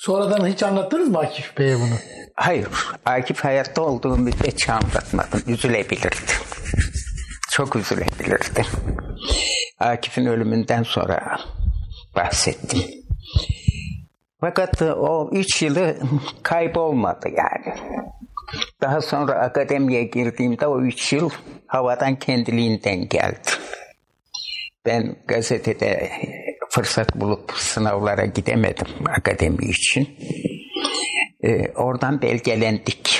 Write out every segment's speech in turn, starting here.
Sonradan hiç anlattınız mı Akif Bey'e bunu? Hayır. Akif hayatta olduğu müddetçe anlatmadım. Üzülebilirdi. Çok üzülebilirdi. Akif'in ölümünden sonra bahsettim. Fakat o 3 yılı kaybolmadı yani. Daha sonra akademiye girdiğimde o 3 yıl havadan kendiliğinden geldi. Ben gazetede fırsat bulup sınavlara gidemedim akademi için. Oradan belgelendik.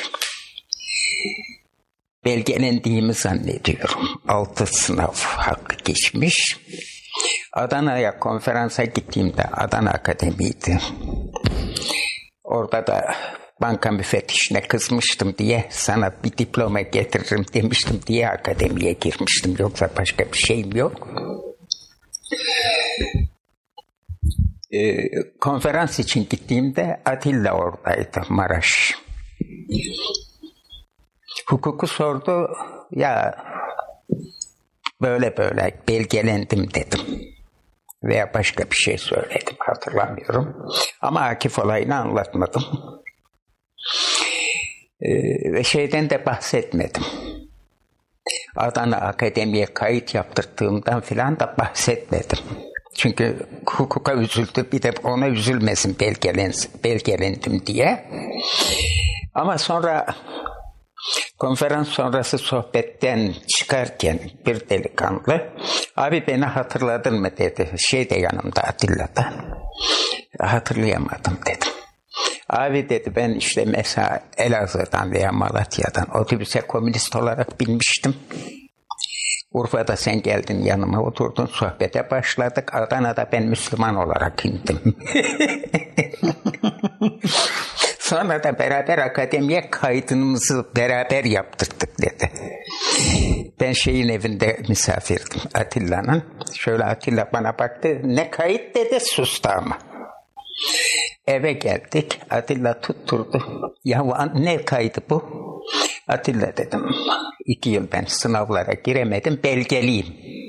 Belgelendiğimi zannediyorum. 6 sınav hakkı geçmiş. Adana'ya konferansa gittiğimde, Adana Akademi'ydi. Orada da banka müfettişine kızmıştım diye sana bir diploma getiririm demiştim diye akademiye girmiştim. Yoksa başka bir şeyim yok. Konferans için gittiğimde Atilla oradaydı, Maraş. Hukuku sordu, ya böyle belgelendim dedim. Veya başka bir şey söyledim, hatırlamıyorum. Ama Akif olayını anlatmadım. Ve şeyden de bahsetmedim. Adana Akademi'ye kayıt yaptırdığımdan filan da bahsetmedim. Çünkü hukuka üzüldü, bir de ona üzülmesin belgelendim diye. Ama sonra konferans sonrası sohbetten çıkarken bir delikanlı, abi beni hatırladın mı dedi. Şey de yanımda, Atilla'da. Hatırlayamadım dedim. Abi dedi, ben işte mesela Elazığ'dan veya Malatya'dan otobüse komünist olarak binmiştim. Urfa'da sen geldin yanıma oturdun, sohbete başladık. Adana'da ben Müslüman olarak indim. Sonra da beraber akademiye kaydımızı beraber yaptırdık dedi. Ben şeyin evinde misafirdim, Atilla'nın. Şöyle Atilla bana baktı, ne kayıt dedi, sustu ama. Eve geldik, Atilla tutturdu. Ya ne kaydı bu? Atilla dedim, 2 yıl ben sınavlara giremedim, belgeliyim.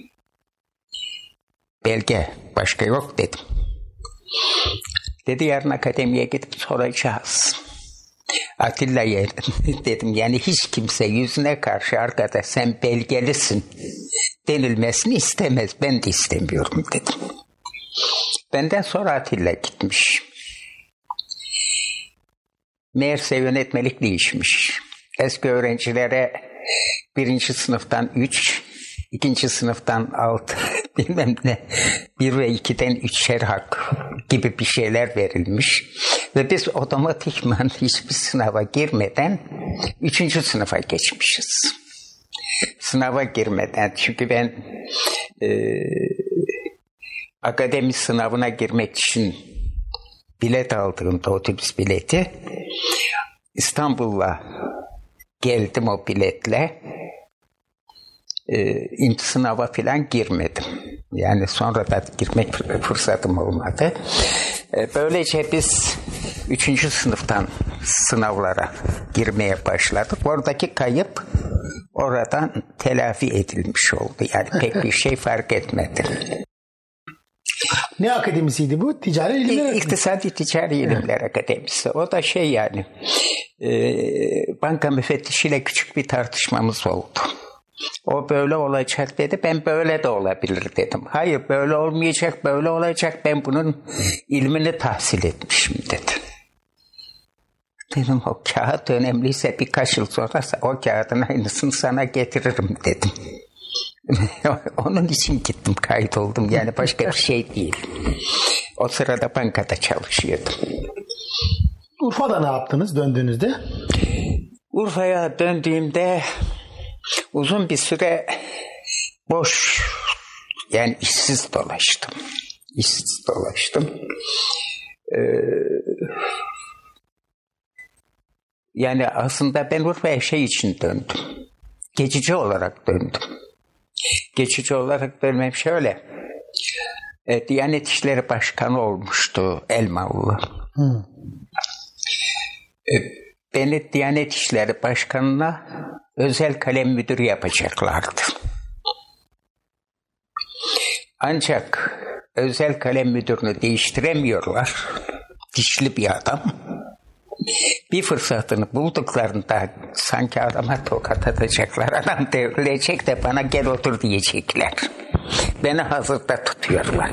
Belge, başka yok dedim. Dedi yarın akademiye gidip soracağız. Atilla'ya dedim, yani hiç kimse yüzüne karşı arkada sen belgelisin denilmesini istemez, ben de istemiyorum dedim. Benden sonra Atilla gitmiş. Meğerse yönetmelik değişmiş. Eski öğrencilere 1. sınıftan 3, 2. sınıftan 6, bilmem ne, 1 ve 2'den 3'er hak gibi bir şeyler verilmiş. Ve biz otomatikman hiçbir sınava girmeden 3. sınıfa geçmişiz. Sınava girmeden, çünkü ben akademi sınavına girmek için bilet aldığımda, otobüs bileti, İstanbul'a geldim o biletle. Sınava falan girmedim. Yani sonra da girmek fırsatım olmadı. Böylece biz 3. sınıftan sınavlara girmeye başladık. Oradaki kayıp oradan telafi edilmiş oldu. Yani pek bir şey fark etmedi. Ne akademisiydi bu? Ticari İlimler İktisadi Ticari İlimler Akademisi. O da şey yani, banka müfettişiyle küçük bir tartışmamız oldu. O böyle olacak dedi, ben böyle de olabilir dedim. Hayır, böyle olmayacak, böyle olacak, ben bunun ilmini tahsil etmişim dedi. Dedim, o kağıt önemliyse birkaç yıl sonra o kağıdın aynısını sana getiririm dedim. Onun için gittim, kayıt oldum, yani başka bir şey değil. O sırada bankada çalışıyordum. Urfa'da ne yaptınız döndüğünüzde? Urfa'ya döndüğümde uzun bir süre boş, yani işsiz dolaştım. Yani aslında ben Urfa'ya şey için döndüm. Geçici olarak döndüm. Geçici olarak dönmem şöyle. Diyanet İşleri Başkanı olmuştu Elmalı. Beni Diyanet İşleri Başkanı'na özel kalem müdürü yapacaklardı. Ancak özel kalem müdürünü değiştiremiyorlar. dişli bir adam. Bir fırsatını bulduklarında sanki adama tokat atacaklar. Adam devrilecek de bana gel otur diyecekler. Beni hazırda tutuyorlar.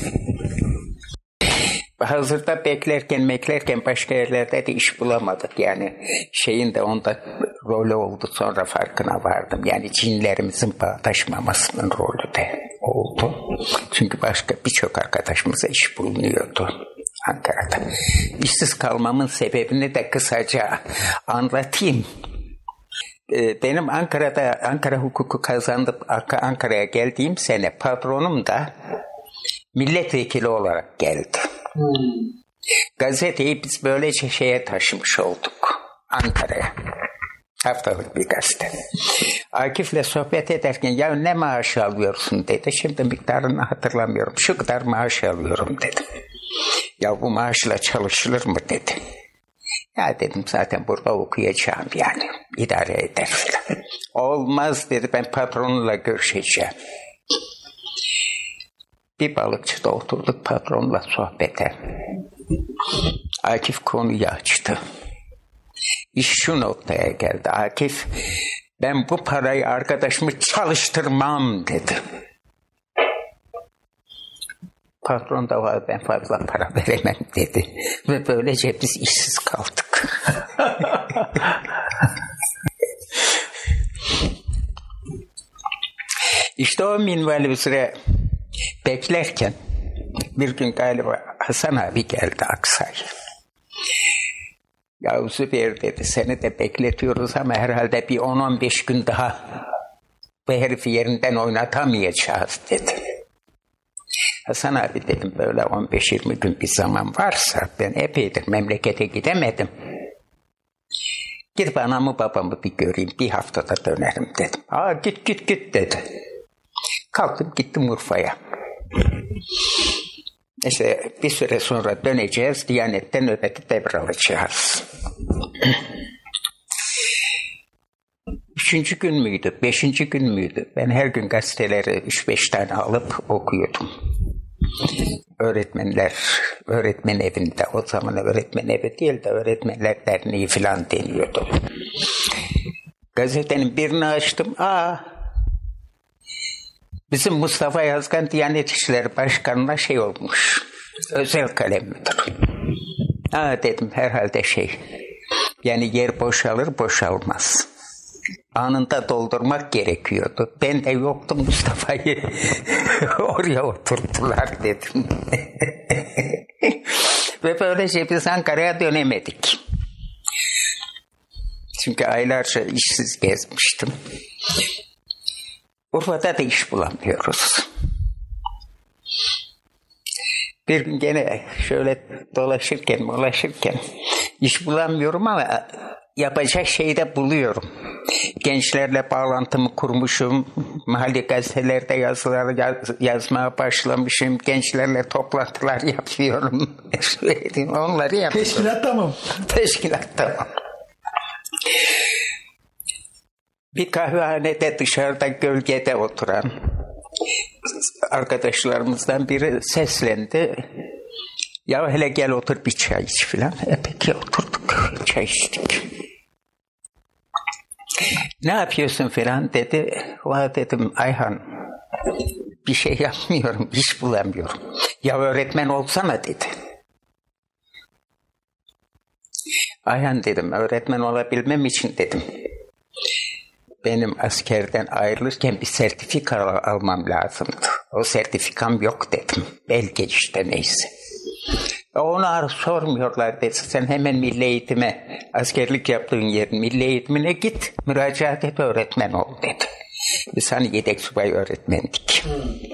Hazırda beklerken başka yerlerde de iş bulamadık. Yani şeyin de onda rolü oldu, sonra farkına vardım. Yani cinlerimizin bağdaşmamasının rolü de oldu. Çünkü başka birçok arkadaşımıza iş bulunuyordu Ankara'da. İşsiz kalmamın sebebini de kısaca anlatayım. Benim Ankara hukuku kazanıp Ankara'ya geldiğim sene patronum da milletvekili olarak geldi. Gazeteyi biz böylece şeye taşımış olduk, Ankara'ya. Haftalık bir gazete. Akif'le sohbet ederken ya ne maaşı alıyorsun dedi. Şimdi miktarını hatırlamıyorum. Şu kadar maaş alıyorum dedim. Ya bu maaşla çalışılır mı dedi. Ya dedim zaten burada okuyacağım yani. İdare eder falan. Olmaz dedi, ben patronla görüşeceğim. Bir balıkçıda oturduk patronla sohbete. Akif konuyu açtı. İş şu noktaya geldi. Akif, ben bu parayı arkadaşımı çalıştırmam dedi. Patron da var, ben fazla para veremem dedi. Ve böylece biz işsiz kaldık. İşte o minval üzere beklerken bir gün galiba Hasan abi geldi Aksay. Ya Zübeyir dedi, seni de bekletiyoruz ama herhalde bir 10-15 gün daha bu herifi yerinden oynatamayacağız dedi. Hasan abi dedim, böyle 15-20 gün bir zaman varsa, ben epeydir memlekete gidemedim. Gidip anamı babamı bir göreyim, bir haftada dönerim dedim. Aa git dedi. Kalktım gittim Urfa'ya. İşte bir süre sonra döneceğiz, Diyanet'ten nöbeti devralacağız. 3. gün müydü, 5. gün müydü? Ben her gün gazeteleri 3-5 tane alıp okuyordum. Öğretmen evinde, o zaman öğretmen evi değil de Öğretmenler Derneği falan deniyordu. Gazetenin birini açtım, bizim Mustafa Yazgan Diyanet İşleri Başkanı'na şey olmuş, özel kalem müdürü. Dedim herhalde yani yer boşalır boşalmaz. Anında doldurmak gerekiyordu. Ben de yoktum, Mustafa'yı oraya oturttular dedim. Ve böylece biz Ankara'ya dönemedik. Çünkü aylarca işsiz gezmiştim. Urfa'da da iş bulamıyoruz. Bir gün gene şöyle dolaşırken iş bulamıyorum ama yapacak şeyi de buluyorum. Gençlerle bağlantımı kurmuşum. Mahalle gazetelerde yazılar yazmaya başlamışım. Gençlerle toplantılar yapıyorum. Onları yapıyorum. Teşkilat tamam. Bir kahvehanede dışarıda gölgede oturan arkadaşlarımızdan biri seslendi. Ya hele gel otur bir çay iç filan. Peki oturduk, çay içtik. Ne yapıyorsun filan dedi. Valla dedim Ayhan, bir şey yapmıyorum, iş bulamıyorum. Ya öğretmen olsana dedi. Ayhan dedim, öğretmen olabilmem için dedim, benim askerden ayrılırken bir sertifika almam lazımdı. O sertifikam yok dedim. Belge işte neyse. Onu sormuyorlar dedi. Sen hemen milli eğitime, askerlik yaptığın yerin milli eğitimine git. Müracaat et, öğretmen ol dedi. Biz hani yedek subay öğretmendik.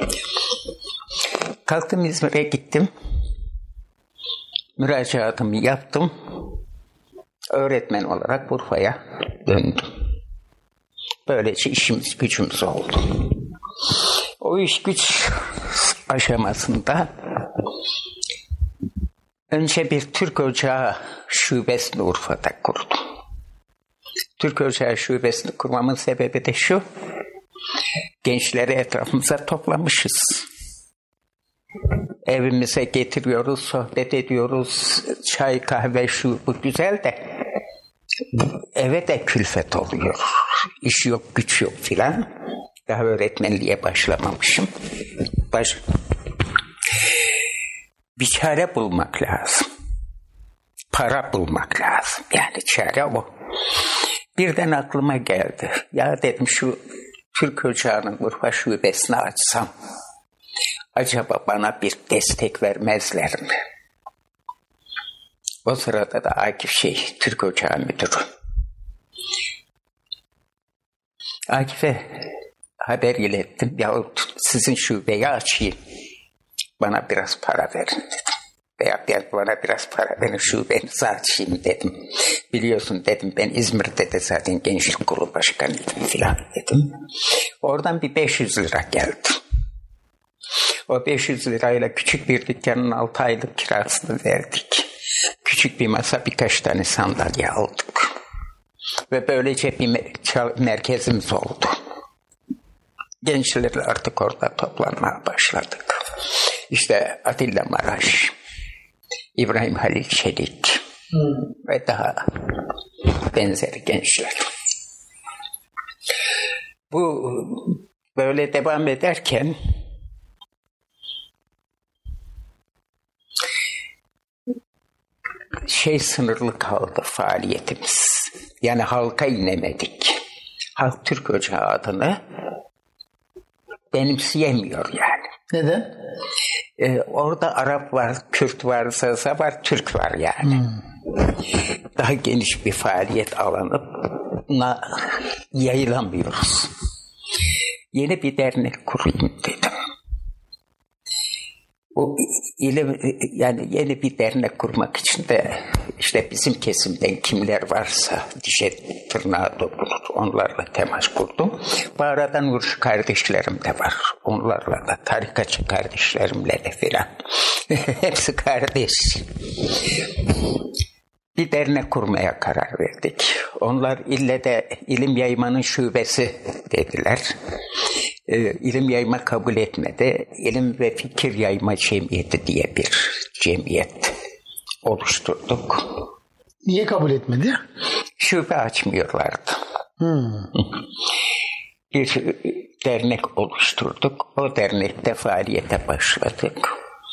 Kalktım İzmir'e gittim. Müracaatımı yaptım. Öğretmen olarak Urfa'ya döndüm. Böylece işimiz gücümüz oldu. O iş güç aşamasında önce bir Türk Ocağı şubesini Urfa'da kurdum. Türk Ocağı şubesini kurmamın sebebi de şu: gençleri etrafımıza toplamışız. evimize getiriyoruz, sohbet ediyoruz, çay, kahve, şu bu güzel de eve de külfet oluyor. İş yok, güç yok filan. Daha öğretmenliğe başlamamışım. Bir çare bulmak lazım. Para bulmak lazım. Yani çare o. Birden aklıma geldi. Ya dedim şu Türk Ocağı'nın Urfa şubesini açsam acaba bana bir destek vermezler mi? O sırada da Akif Türk Ocağı müdürü. Akif'e haber ilettim. Yahut sizin şubeyi açayım. Bana biraz para verin dedim. Veya bana biraz para verin şubenizi açayım dedim. Biliyorsun dedim ben İzmir'de de zaten gençlik kurulu başkanıydım filan dedim. Oradan bir 500 lira geldi. O 500 lirayla küçük bir dükkanın 6 aylık kirasını verdik. Küçük bir masa, birkaç tane sandalye aldık. Ve böylece bir merkezimiz oldu. Gençler artık orada toplanmaya başladık. İşte Atilla Maraş, İbrahim Halil Çelik ve daha benzeri gençler. Bu böyle devam ederken sınırlı kaldı faaliyetimiz. Yani halka inemedik. Halk Türk Ocağı adını benimseyemiyor yani. Neden? Orada Arap var, Kürt var, Zaza var, Türk var yani. Daha geniş bir faaliyet alanına yayılamıyoruz. Yeni bir dernek kurayım dedim. Yani yeni bir dernek kurmak için de işte bizim kesimden kimler varsa dişe tırnağa dokunur. Onlarla temas kurdum. Bu arada Nurşu kardeşlerim de var. Onlarla da tarikatçı kardeşlerimle de filan. Hepsi kardeş. Bir dernek kurmaya karar verdik. Onlar ille de ilim yaymanın şubesi dediler. İlim yayma kabul etmedi. İlim ve fikir yayma cemiyeti diye bir cemiyet oluşturduk. Niye kabul etmedi? Şube açmıyorlardı. Bir dernek oluşturduk. O dernekte faaliyete başladık.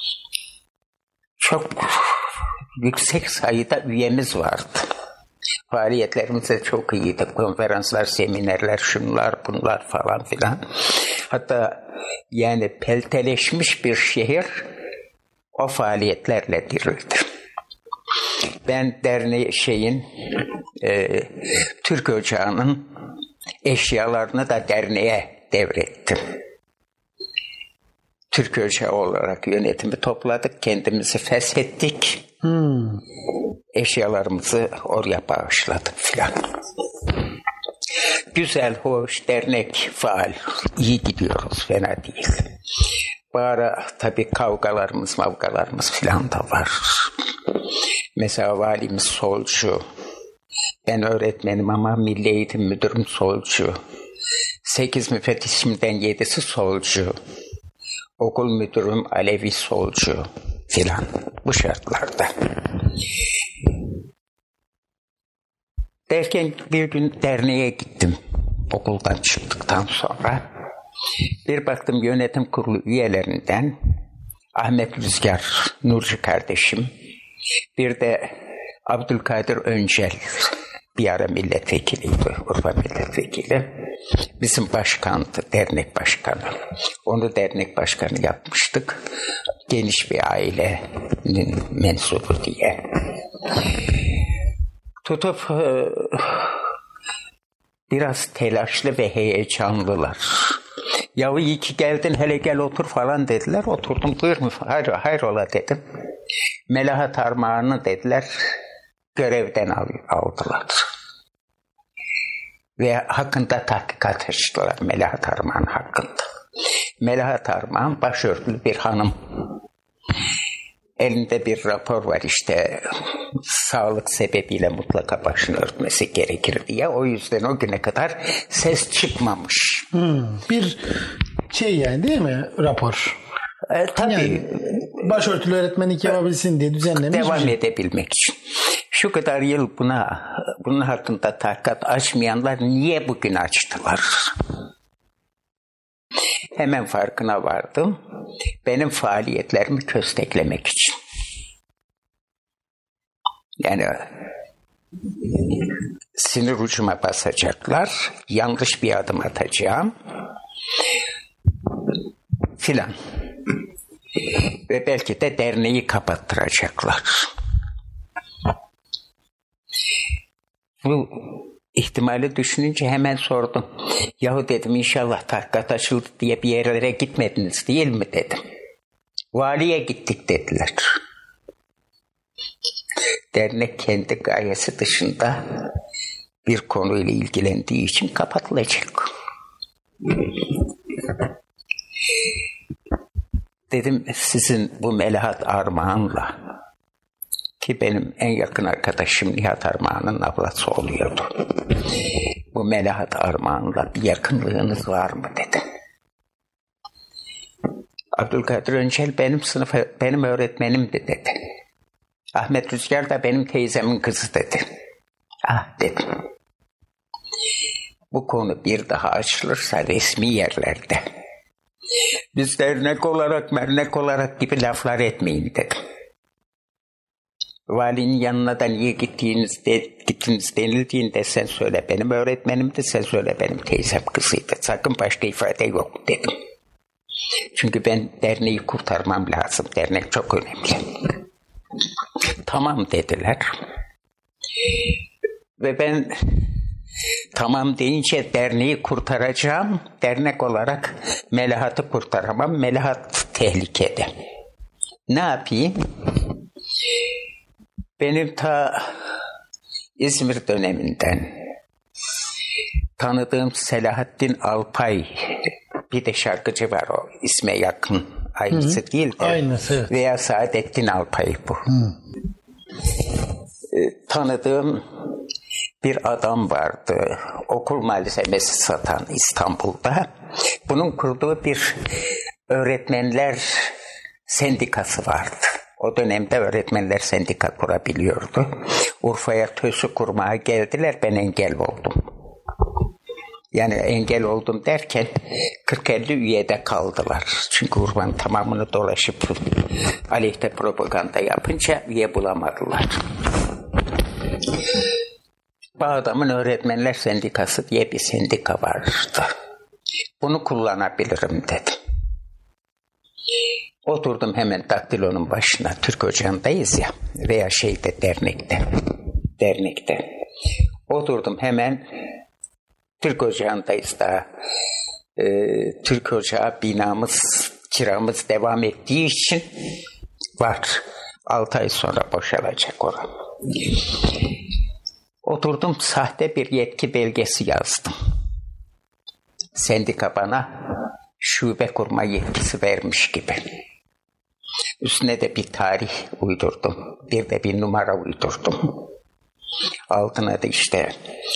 Çok yüksek sayıda üyemiz vardı. Faaliyetlerimiz de çok iyiydi. Konferanslar, seminerler, şunlar, bunlar falan filan. Hatta yani pelteleşmiş bir şehir o faaliyetlerle dirildi. Ben Türk Ocağı'nın eşyalarını da derneğe devrettim. Türk Ocağı olarak yönetimi topladık, kendimizi feshettik. Eşyalarımızı oraya bağışladık filan. Güzel, hoş, dernek faal, iyi gidiyoruz, fena değil. Bu ara tabii mavgalarımız filan da var. Mesela valimiz solcu, ben öğretmenim ama Milli Eğitim Müdürüm solcu. 8 müfettişimden 7'si solcu. Okul müdürüm Alevi solcu filan bu şartlarda. Derken bir gün derneğe gittim okuldan çıktıktan sonra. Bir baktım yönetim kurulu üyelerinden Ahmet Rüzgar, Nurcu kardeşim, bir de Abdülkadir Öncel, bir ara milletvekiliydi, Urfa milletvekili. Bizim başkandı, dernek başkanı. Onu dernek başkanı yapmıştık. Geniş bir ailenin mensubu diye. Tutup biraz telaşlı ve heyecanlılar. Yahu iyi ki geldin, hele gel otur falan dediler. Oturdum, buyur mu? Hayrola dedim. Melahat Armağan'ı dediler, görevden aldılar. Ve hakkında tahkikat açtılar Melahat Armağan hakkında. Melahat Armağan başörtülü bir hanım. Elinde bir rapor var işte, sağlık sebebiyle mutlaka başını örtmesi gerekir diye. O yüzden o güne kadar ses çıkmamış. Bir yani değil mi rapor? Tabii. Yani, başörtülü öğretmenlik yapabilsin diye düzenlemiş. Devam edebilmek için. Şu kadar yıl bunun hakkında takat açmayanlar niye bugün açtılar? Hemen farkına vardım. Benim faaliyetlerimi kösteklemek için. Yani sinir ucuma basacaklar, yanlış bir adım atacağım filan. Ve belki de derneği kapattıracaklar. Bu ihtimali düşününce hemen sordum. Yahu dedim, inşallah tahkikat açıldı diye bir yerlere gitmediniz değil mi dedim. Valiye gittik dediler. Dernek kendi gayesi dışında bir konuyla ilgilendiği için kapatılacak. Dedim, sizin bu Melahat Armağan'la, ki benim en yakın arkadaşım Nihat Armağan'ın ablası oluyordu. Bu Melahat Armağan'la bir yakınlığınız var mı dedim. Abdülkadir Öncel benim öğretmenimdi dedi. Ahmet Rüzgar da benim teyzemin kızı dedi. Ah dedim. Bu konu bir daha açılırsa resmi yerlerde, biz dernek olarak gibi laflar etmeyin dedim. Valinin yanına da niye gittiniz denildiğinde sen söyle benim öğretmenimdi, sen söyle benim teyzem kızıydı. Sakın başka ifade yok dedim. Çünkü ben derneği kurtarmam lazım. Dernek çok önemli. Tamam dediler. Ve ben tamam deyince derneği kurtaracağım. Dernek olarak Melahat'ı kurtaramam. Melahat tehlikede. Ne yapayım? Benim ta İzmir döneminden tanıdığım Selahattin Alpay, bir de şarkıcı var, o isme yakın, aynısı değil de. Aynısı, evet. Veya Saadettin Alpay bu. Tanıdığım bir adam vardı, okul malzemesi satan İstanbul'da. Bunun kurduğu bir öğretmenler sendikası vardı. O dönemde öğretmenler sendika kurabiliyordu. Urfa'ya TÖS'ü kurmaya geldiler, ben engel oldum. Yani engel oldum derken 40-50 üyede kaldılar. Çünkü Urfa'nın tamamını dolaşıp aleyhte propaganda yapınca üye bulamadılar. Bağdam'ın Öğretmenler Sendikası diye bir sendika vardı. Bunu kullanabilirim dedim. Oturdum hemen daktilonun başına. Türk Ocağı'ndayız ya, veya dernekte. Oturdum hemen, Türk Ocağı'ndayız daha. Türk Ocağı kiramız devam ettiği için var. 6 ay sonra boşalacak orası. Oturdum, sahte bir yetki belgesi yazdım. Sendika bana şube kurma yetkisi vermiş gibi. Üstüne de bir tarih uydurdum. Bir de bir numara uydurdum. Altına da işte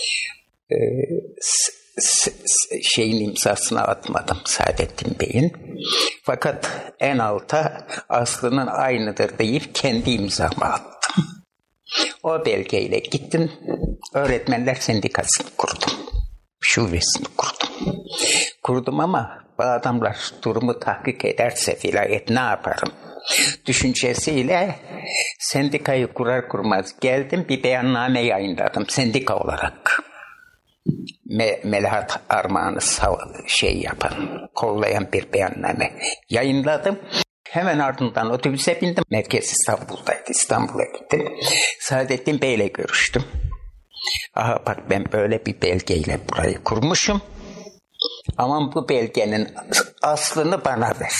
şeyin imzasını atmadım, Saadettin Bey'in. Fakat en alta Aslı'nın aynıdır deyip kendi imzamı attım. O belgeyle gittim, Öğretmenler Sendikası'nı kurdum. Şubesini kurdum. Kurdum ama bu adamlar durumu tahkik ederse vilayet ne yaparım düşüncesiyle sendikayı kurar kurmaz geldim, bir beyanname yayınladım sendika olarak. Melahat Armağan'ı kollayan bir beyanname yayınladım. Hemen ardından otobüse bindim. Merkez İstanbul'daydı. İstanbul'a gittim. Saadettin Bey'le görüştüm. Aha bak, ben böyle bir belgeyle burayı kurmuşum. Aman bu belgenin aslını bana ver.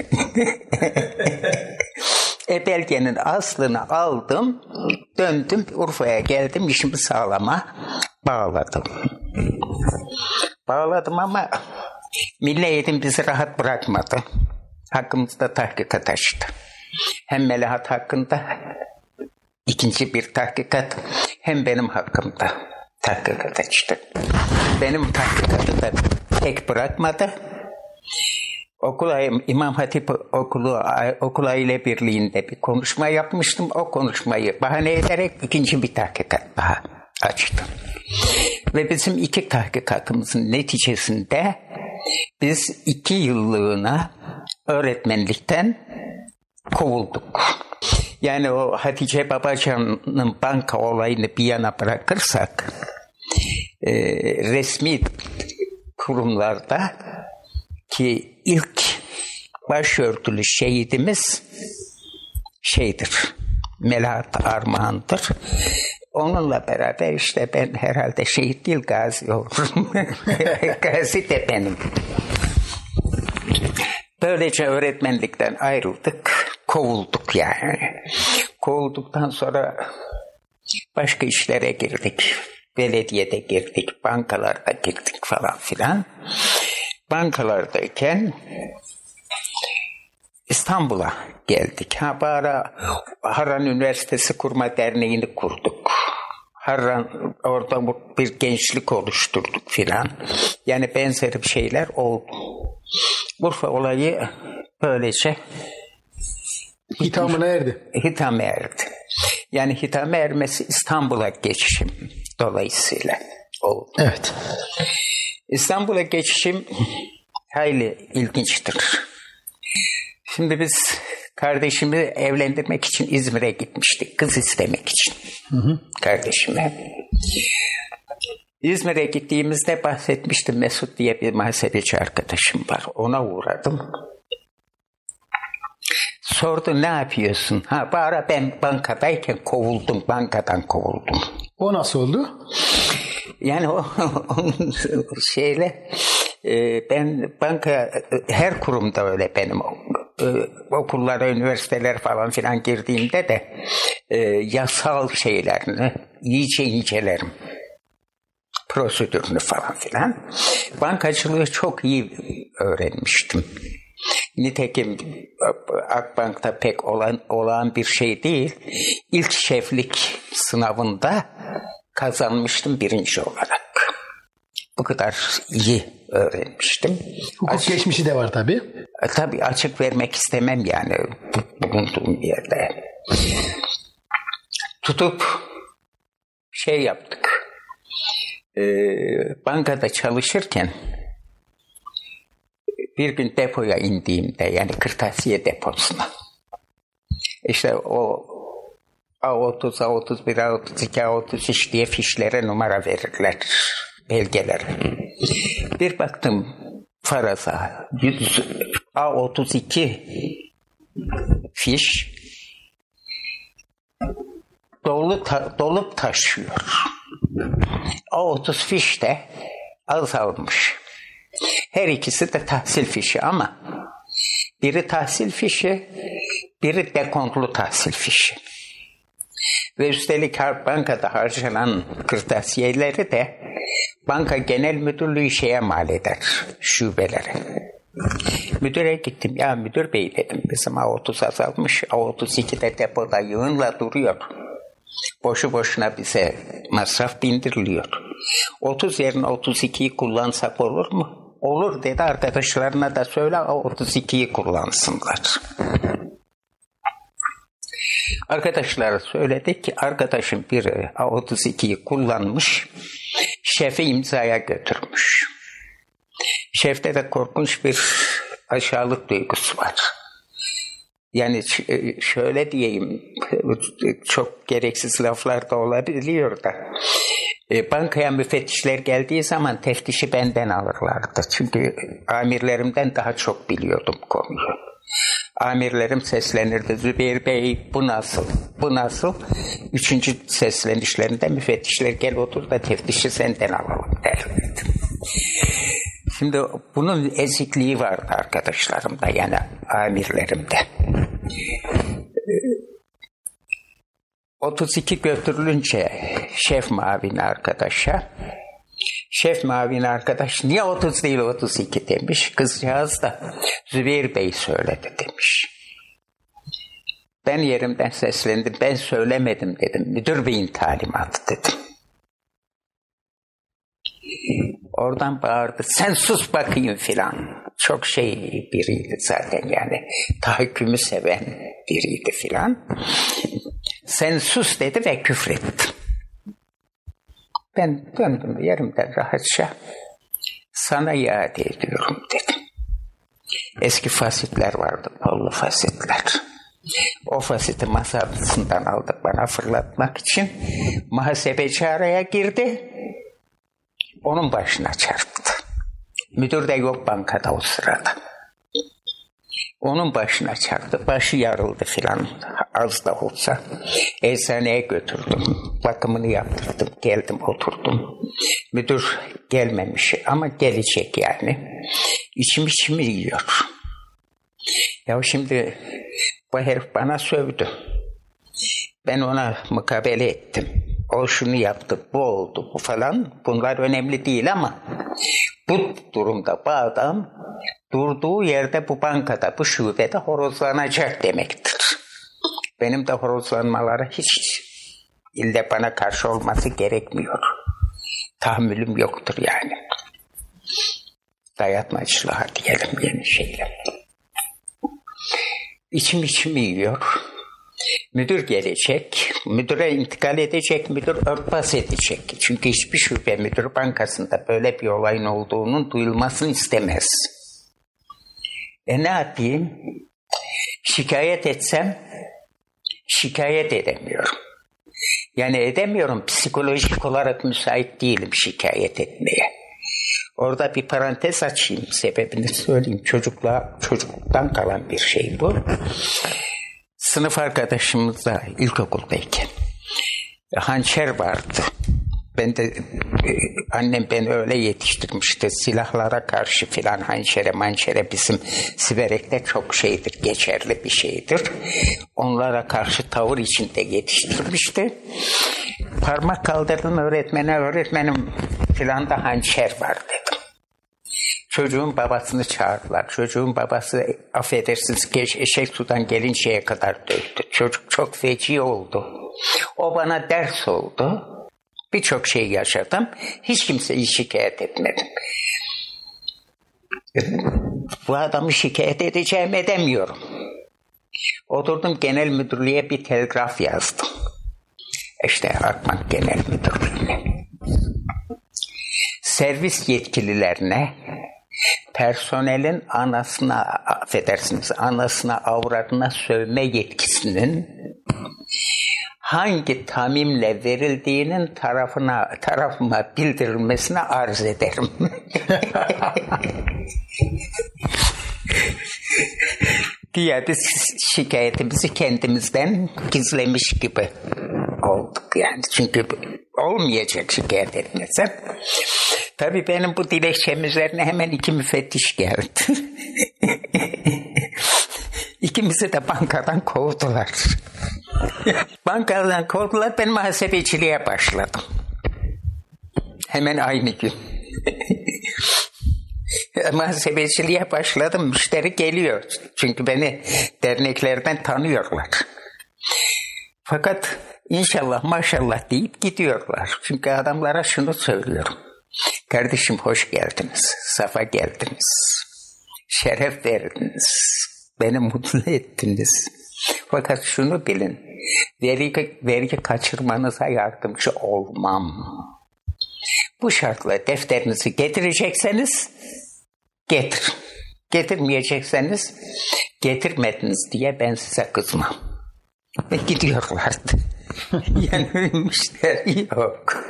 Belgenin aslını aldım. Döndüm Urfa'ya geldim. İşimi sağlama bağladım. Bağladım ama Milli Eğitim bizi rahat bırakmadı. Hakkımızda tahkikat açtı. Hem Melahat hakkında ikinci bir tahkikat, hem benim hakkımda tahkikat açtı. Benim tahkikatı da tek bırakmadı. İmam Hatip okul aile birliğinde bir konuşma yapmıştım. O konuşmayı bahane ederek ikinci bir tahkikat daha açtım. Ve bizim 2 tahkikatımızın neticesinde biz 2 yıllığına öğretmenlikten kovulduk. Yani o Hatice Babacan'ın banka olayını bir yana bırakırsak resmi kurumlarda ki ilk başörtülü şehidimiz Melahat Armağan'dır. Onunla beraber işte ben herhalde şehit değil gazi olurum. Gazi de benim. Böylece öğretmenlikten ayrıldık, kovulduk yani. Kovulduktan sonra başka işlere girdik. Belediyede girdik, bankalarda girdik falan filan. Bankalardayken İstanbul'a geldik. Bu ara Harran Üniversitesi Kurma Derneği'ni kurduk. Orada bir gençlik oluşturduk filan. Yani benzeri şeyler oldu. Urfa olayı böylece hitamına erdi. Yani hitama ermesi İstanbul'a geçişim dolayısıyla oldu. Evet. İstanbul'a geçişim hayli ilginçtir. Şimdi biz kardeşimi evlendirmek için İzmir'e gitmiştik. Kız istemek için. Kardeşime. İzmir'e gittiğimizde bahsetmiştim. Mesut diye bir muhasebeci arkadaşım var. Ona uğradım. Sordu ne yapıyorsun? Bu ara ben bankadayken kovuldum. Bankadan kovuldum. O nasıl oldu? Yani onun ben banka her kurumda öyle benim okullara, üniversiteler falan filan girdiğimde de yasal şeylerini iyice incelerim. Prosedürünü falan filan. Bankacılığı çok iyi öğrenmiştim. Nitekim Akbank'ta pek olağan bir şey değil. İlk şeflik sınavında kazanmıştım 1. olarak. Bu kadar iyi öğrenmiştim. Hukuk geçmişi de var tabii. Tabii açık vermek istemem yani bulunduğum yerde. Tutup yaptık. Bankada çalışırken bir gün depoya indiğimde yani kırtasiye deposuna işte o A30, A31, A32, A33 diye fişlere numara verirler, belgelere. Bir baktım faraza A32 fiş dolup taşıyor. A30 fiş de azalmış. Her ikisi de tahsil fişi ama biri tahsil fişi, biri dekontlu tahsil fişi. Ve üstelik bankada harcanan kırtasiyeleri de banka genel müdürlüğü mal eder, şubelere. Müdüre gittim. Ya müdür bey dedim, bizim A30 azalmış, A32 de depoda yığınla duruyor. Boşu boşuna bize masraf bindiriliyor. 30 yerine 32'yi kullansak olur mu? Olur dedi, arkadaşlarına da söyle 32'yi kullansınlar. Arkadaşlara söyledik ki arkadaşım biri A32'yi kullanmış, şefi imzaya götürmüş. Şefte de korkunç bir aşağılık duygusu var. Yani şöyle diyeyim, çok gereksiz laflar da olabiliyor da. Bankaya müfettişler geldiği zaman teftişi benden alırlardı. Çünkü amirlerimden daha çok biliyordum konuyu. Amirlerim seslenirdi. Zübeyir Bey bu nasıl? Bu nasıl? 3. seslenişlerinde müfettişler gel otur da teftişi senden alalım derlerdi. Şimdi bunun ezikliği vardı arkadaşlarımda, yani amirlerimde. 32 götürülünce şef mavini arkadaş niye 30 değil 32 demiş. Kızcağız da Zübeyir Bey söyledi demiş. Ben yerimden seslendim, ben söylemedim dedim. Müdür beyin talimatı dedim. Oradan bağırdı, sen sus bakayım filan. çok biriydi zaten, yani tahakkümü seven biriydi filan. Sen sus dedi ve küfretti. Ben döndüm yerimden rahatça, sana iade ediyorum dedim. Eski fasitler vardı, Pahalı fasitler. O fasiti masasından aldı bana fırlatmak için. Muhasebeci araya girdi. Onun başına çarptı. Müdür de yok bankada o sırada. Onun başına çarptı. Başı yarıldı filan, az da olsa. Eczaneye götürdüm. Bakımını yaptırdım. Geldim oturdum. Müdür gelmemiş ama gelecek yani. İçim yiyor. Ya şimdi bu herif bana sövdü. Ben ona mukabele ettim. O şunu yaptı, bu oldu, bu falan. Bunlar önemli değil ama bu durumda bu adam durduğu yerde bu bankada, bu şubede horozlanacak demektir. Benim de horozlanmaları hiç ille bana karşı olması gerekmiyor. Tahammülüm yoktur yani. Dayatmacılığa diyelim yeni şeyler. İçim yiyor. Müdür gelecek, müdüre intikal edecek, müdür örtbas edecek. Çünkü hiçbir şube müdür bankasında böyle bir olayın olduğunun duyulmasını istemez. Ne yapayım? Şikayet etsem, şikayet edemiyorum. Yani edemiyorum, psikolojik olarak müsait değilim şikayet etmeye. Orada bir parantez açayım, sebebini söyleyeyim. Çocukluktan kalan bir şey bu. Sınıf arkadaşımızla ilkokuldayken hançer vardı. Ben de annem beni öyle yetiştirmişti. Silahlara karşı filan hançere bizim Siverek'te çok geçerli bir şeydir. Onlara karşı tavır içinde yetiştirmişti. Parmak kaldırdım öğretmenim filan da hançer var dedim. Çocuğun babasını çağırdılar. Çocuğun babası affedersiniz eşek sudan gelinceye kadar dövdü. Çocuk çok feci oldu. O bana ders oldu. Birçok şey yaşadım. Hiç kimseyi şikayet etmedim. Bu adamı şikayet edemiyorum. Oturdum genel müdürlüğe bir telgraf yazdım. İşte Akbank Genel Müdürlüğü'ne. Servis yetkililerine personelin anasına avradına sövme yetkisinin hangi tamimle verildiğinin tarafıma bildirilmesine arz ederim. diye biz şikayetimizi kendimizden gizlemiş gibi olduk yani. Çünkü olmayacak şikayet etmesem. Tabii benim bu dilekçem üzerine hemen 2 müfettiş geldi. İkimizi de bankadan kovdular. Bankadan kovdular, ben muhasebeciliğe başladım. Hemen aynı gün. Muhasebeciliğe başladım, müşteri geliyor. Çünkü beni derneklerden tanıyorlar. Fakat inşallah maşallah deyip gidiyorlar. Çünkü adamlara şunu söylüyorum. Kardeşim hoş geldiniz, safa geldiniz, şeref verdiniz, beni mutlu ettiniz. Fakat şunu bilin, vergi kaçırmanıza yardımcı olmam. Bu şartla defterinizi getirecekseniz getir. Getirmeyecekseniz getirmediniz diye ben size kızmam. Ve gidiyorlardı. Yani müşteri yok.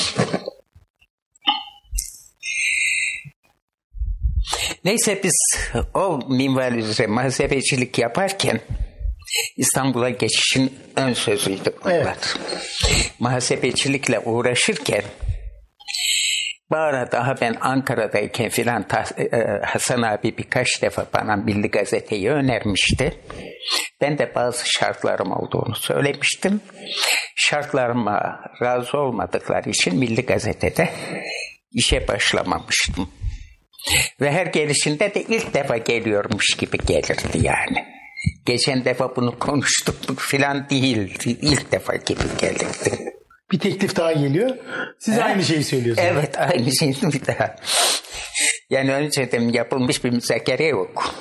Neyse biz o minval üzere muhasebecilik yaparken İstanbul'a geçişin ön sözüydü bunlar. Evet. Muhasebecilikle uğraşırken bu arada daha ben Ankara'dayken filan Hasan abi birkaç defa bana Milli Gazete'yi önermişti. Ben de bazı şartlarım olduğunu söylemiştim. Şartlarıma razı olmadıkları için Milli Gazete'de işe başlamamıştım. Ve her gelişinde de ilk defa geliyormuş gibi gelirdi yani. Geçen defa bunu konuştuk filan değildi. İlk defa gibi gelirdi. Bir teklif daha geliyor. Siz aynı şeyi söylüyorsunuz. Evet, aynı şeyi bir daha. Yani önceden yapılmış bir müzakere yok.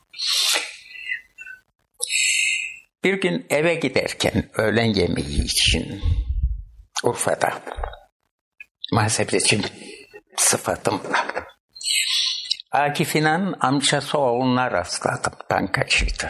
Bir gün eve giderken öğlen yemeği için Urfa'da muhasebeci sıfatımla Akif İnan amcası oğluna rastladım, bankacıydı.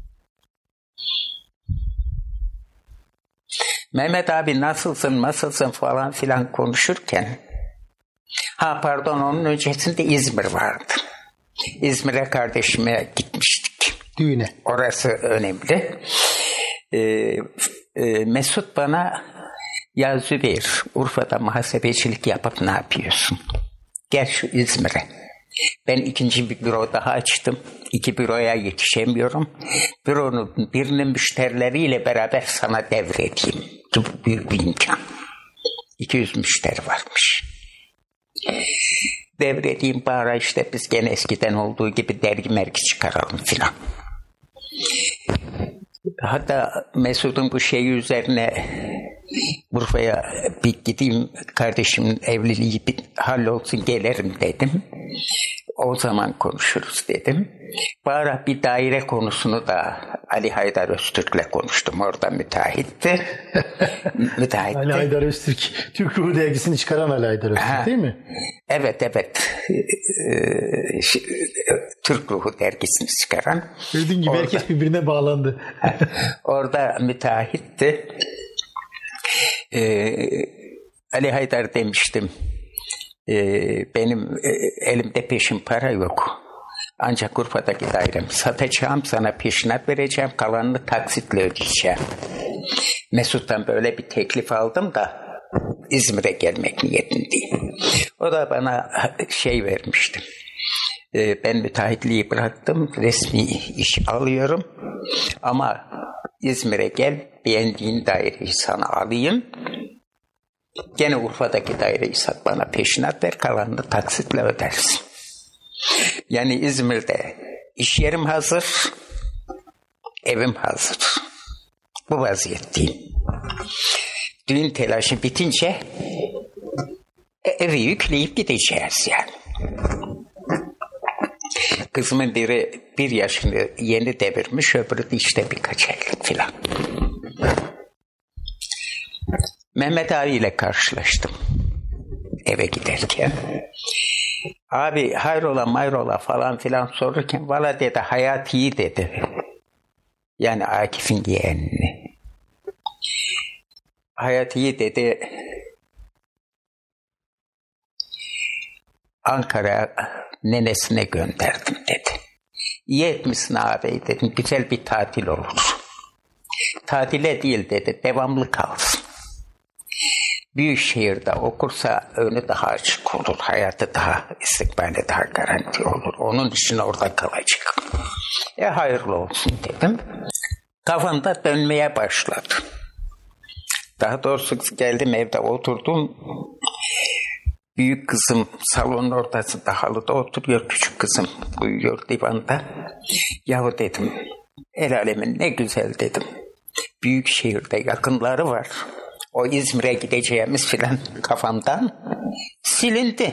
Mehmet abi nasılsın falan filan konuşurken onun öncesinde İzmir vardı. İzmir'e kardeşime gitmiştik. Düğüne. Orası önemli. Mesut bana ya Zübeyir, Urfa'da muhasebecilik yapıp ne yapıyorsun? Gel şu İzmir'e. Ben ikinci bir büro daha açtım. 2 büroya yetişemiyorum. Büronun birinin müşterileriyle beraber sana devredeyim. Bu büyük bir imkan. 200 müşteri varmış. Devredeyim bari işte biz gene eskiden olduğu gibi dergi mergi çıkaralım filan. Hatta Mesut'un bu şeyi üzerine Urfa'ya bir gideyim, kardeşimin evliliği bir hallolsun gelirim dedim. O zaman konuşuruz dedim. Bari bir daire konusunu da Ali Haydar Öztürk'le konuştum. Orada müteahhitti. Ali Haydar Öztürk, Türk Ruhu dergisini çıkaran Ali Haydar Öztürk değil mi? Evet. Türk Ruhu dergisini çıkaran. Gördüğün gibi herkes birbirine bağlandı. Orada müteahhitti. Ali Haydar demiştim. Benim elimde peşin para yok. Ancak Urfa'daki dairemi satacağım, sana peşinat vereceğim, kalanını taksitle ödeyeceğim. Mesut'tan böyle bir teklif aldım da İzmir'e gelmek niyetindeyim. O da bana şey vermişti. Ben müteahhitliği bıraktım, resmi iş alıyorum ama İzmir'e gel, beğendiğin daireyi sana alayım. Gene Urfa'daki daireyi sat, bana peşinat ver, kalanını taksitle ödersin. Yani İzmir'de iş yerim hazır, evim hazır. Bu vaziyetteyim. Düğün telaşı bitince evi yükleyip gideceğiz yani. Kızımın biri 1 yaşını yeni devirmiş, öbürü de işte birkaç aylık filan. Mehmet abiyle karşılaştım eve giderken. Abi hayrola mayrola falan filan sorurken valla dedi hayat iyi dedi. Yani Akif'in yeğenini. Hayat iyi dedi. Ankara'ya nenesine gönderdim dedi. İyi etmişsin abi dedim. Güzel bir tatil olur. Tatile değil dedi. Devamlı kalsın. Büyük şehirde okursa önü daha açık olur. Hayatı daha, istikbali daha garanti olur. Onun için orada kalacak. Hayırlı olsun dedim. Kafamda dönmeye başladı. Daha doğrusu geldim evde oturdum. Büyük kızım salonun ortasında halıda oturuyor. Küçük kızım uyuyor divanda. Yahu dedim, el alemin ne güzel dedim. Büyük şehirde yakınları var. O İzmir'e gideceğimiz filan kafamdan silindi.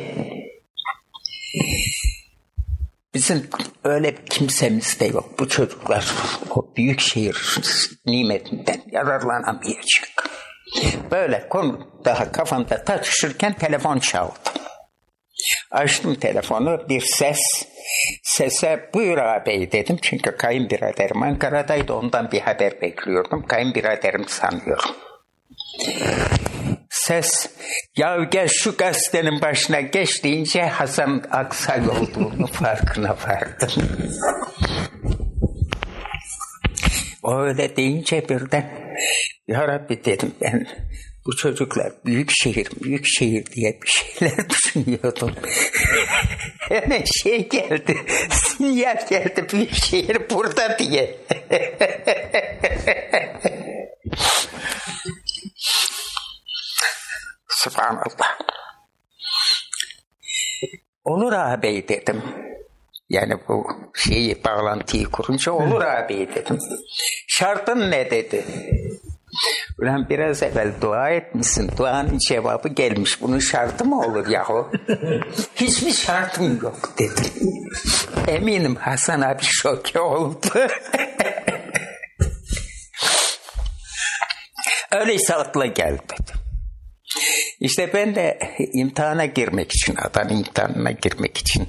Bizim öyle bir kimsemiz de yok. Bu çocuklar o büyük şehir nimetinden yararlanamayacak. Böyle konu daha kafamda tartışırken telefon çaldı. Açtım telefonu, bir sese buyur ağabey dedim. Çünkü kayınbiraderim Ankara'daydı, ondan bir haber bekliyordum. Kayınbiraderim sanıyorum. Ses, ya gel şu gazetenin başına geç deyince Hasan Aksay olduğunu farkına vardım. O öyle deyince birden, ya Rabbi dedim ben bu çocuklar büyük şehir diye bir şeyler düşünüyordum. Hemen geldi, sinyal geldi, büyük şehir burada diye. Subhanallah. Olur ağabey dedim. Yani bu bağlantıyı kurunca olur ağabey dedim. Şartın ne dedi? Ulan biraz evvel dua etmişsin. Duanın cevabı gelmiş. Bunun şartı mı olur yahu? Hiçbir şartım yok dedim. Eminim Hasan abi şoke oldu. Öyleyse akla gelmedi. İşte ben de imtihana girmek için, Adana imtihanına girmek için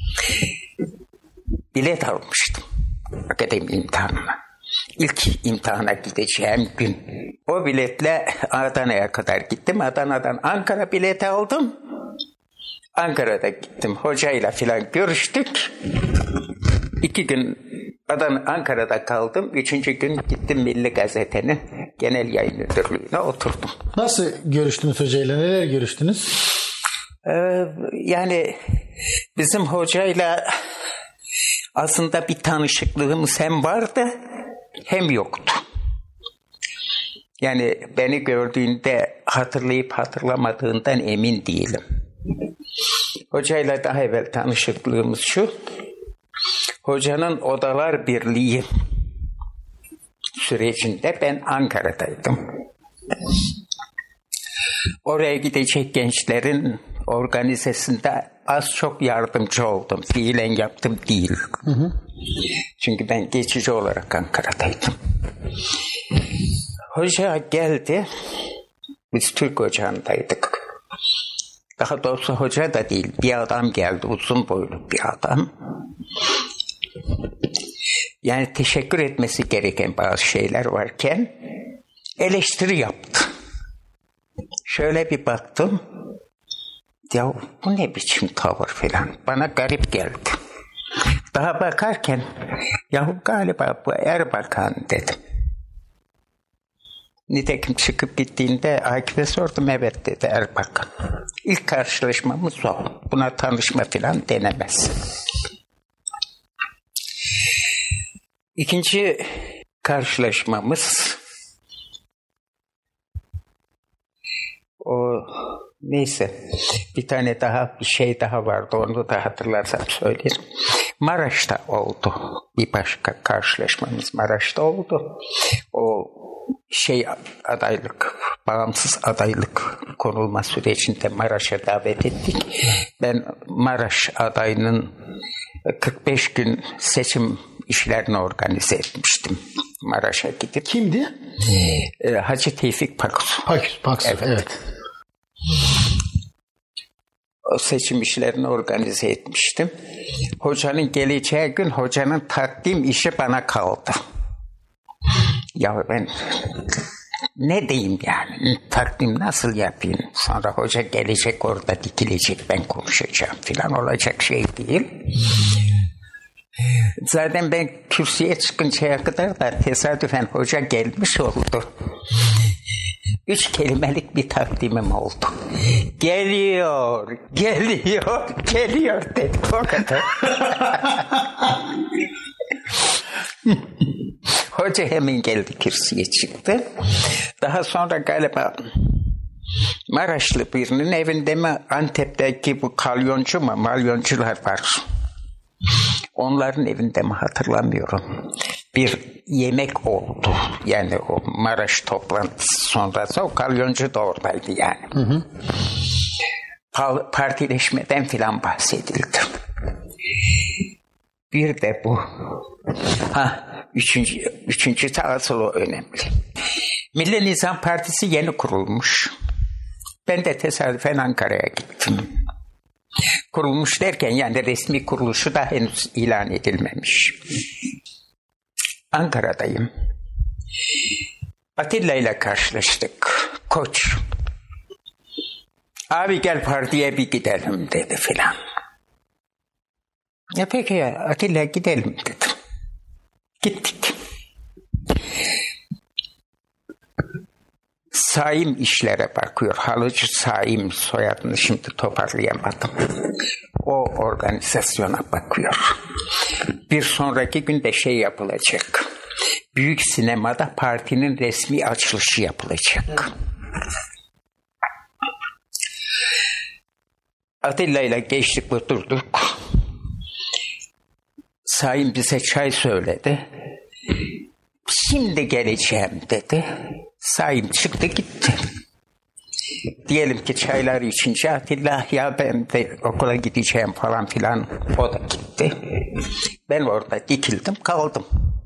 bilet almıştım. Akademi imtihanına. İlk imtihana gideceğim gün. O biletle Adana'ya kadar gittim. Adana'dan Ankara bileti aldım. Ankara'da gittim. Hocayla filan görüştük. 2 gün Ankara'da kaldım. 3. gün gittim Milli Gazete'nin genel yayın müdürlüğüne oturdum. Nasıl görüştünüz hocayla? Neler görüştünüz? Yani bizim hocayla aslında bir tanışıklığımız hem vardı hem yoktu. Yani beni gördüğünde hatırlayıp hatırlamadığından emin değilim. Hocayla daha evvel tanışıklığımız şu. Hocanın Odalar Birliği sürecinde ben Ankara'daydım. Oraya gidecek gençlerin organizasında az çok yardımcı oldum. Fiilen yaptım değil. Çünkü ben geçici olarak Ankara'daydım. Hoca geldi. Biz Türk Ocağı'ndaydık. Daha doğrusu hoca da değil. Bir adam geldi. Uzun boylu bir adam. Yani teşekkür etmesi gereken bazı şeyler varken eleştiri yaptı. Şöyle bir baktım. Ya bu ne biçim tavır falan. Bana garip geldi. Daha bakarken yahu galiba bu Erbakan dedim. Nitekim çıkıp gittiğinde Akif'e sordum, evet dedi Erbakan. İlk karşılaşmamız o. Buna tanışma falan denemez. İkinci karşılaşmamız o neyse bir tane daha bir şey daha vardı, onu da hatırlarsam söylerim. Maraş'ta oldu. Bir başka karşılaşmamız Maraş'ta oldu. O adaylık, bağımsız adaylık konulma sürecinde Maraş'a davet ettik. Ben Maraş adayının 45 gün seçim işlerini organize etmiştim. Maraş'a gidip. Kimdi? Hacı Tevfik Pakus. Pakus, evet. O seçim işlerini organize etmiştim. Hocanın geleceği gün hocanın takdim işi bana kaldı. Ya ben ne diyeyim yani, takdim nasıl yapayım? Sonra hoca gelecek, orada dikilecek, ben konuşacağım falan, olacak şey değil. Zaten ben kürsüye çıkıncaya kadar da tesadüfen hoca gelmiş oldu. 3 kelimelik bir takdimim oldu. Geliyor dedi, o kadar. Hoca hemen geldi, kürsüye çıktı. Daha sonra galiba Maraşlı birinin evinde mi, Antep'teki bu kalyoncu mu, malyoncular var. Onların evinde mi hatırlamıyorum. Bir yemek oldu. Yani o Maraş toplantısı sonrası o kalyoncu da oradaydı yani. Partileşmeden filan bahsedildi. Bir de bu. Üçüncüsü asıl o önemli. Milli Nizam Partisi yeni kurulmuş. Ben de tesadüfen Ankara'ya gittim. Kurulmuş derken yani resmi kuruluşu da henüz ilan edilmemiş. Ankara'dayım. Atilla ile karşılaştık. Koç. Abi gel partiye bir gidelim dedi filan. Ya peki ya Atilla gidelim dedim. Gittik. Saim işlere bakıyor. Halıcı Saim, soyadını şimdi toparlayamadım. O organizasyona bakıyor. Bir sonraki günde şey yapılacak. Büyük sinemada partinin resmi açılışı yapılacak. Atilla ile geçtik, oturduk. Saim bize çay söyledi. Şimdi geleceğim dedi. Saim çıktı gitti. Diyelim ki çayları içince Atilla ya ben de okula gideceğim falan filan, o da gitti. Ben orada dikildim kaldım.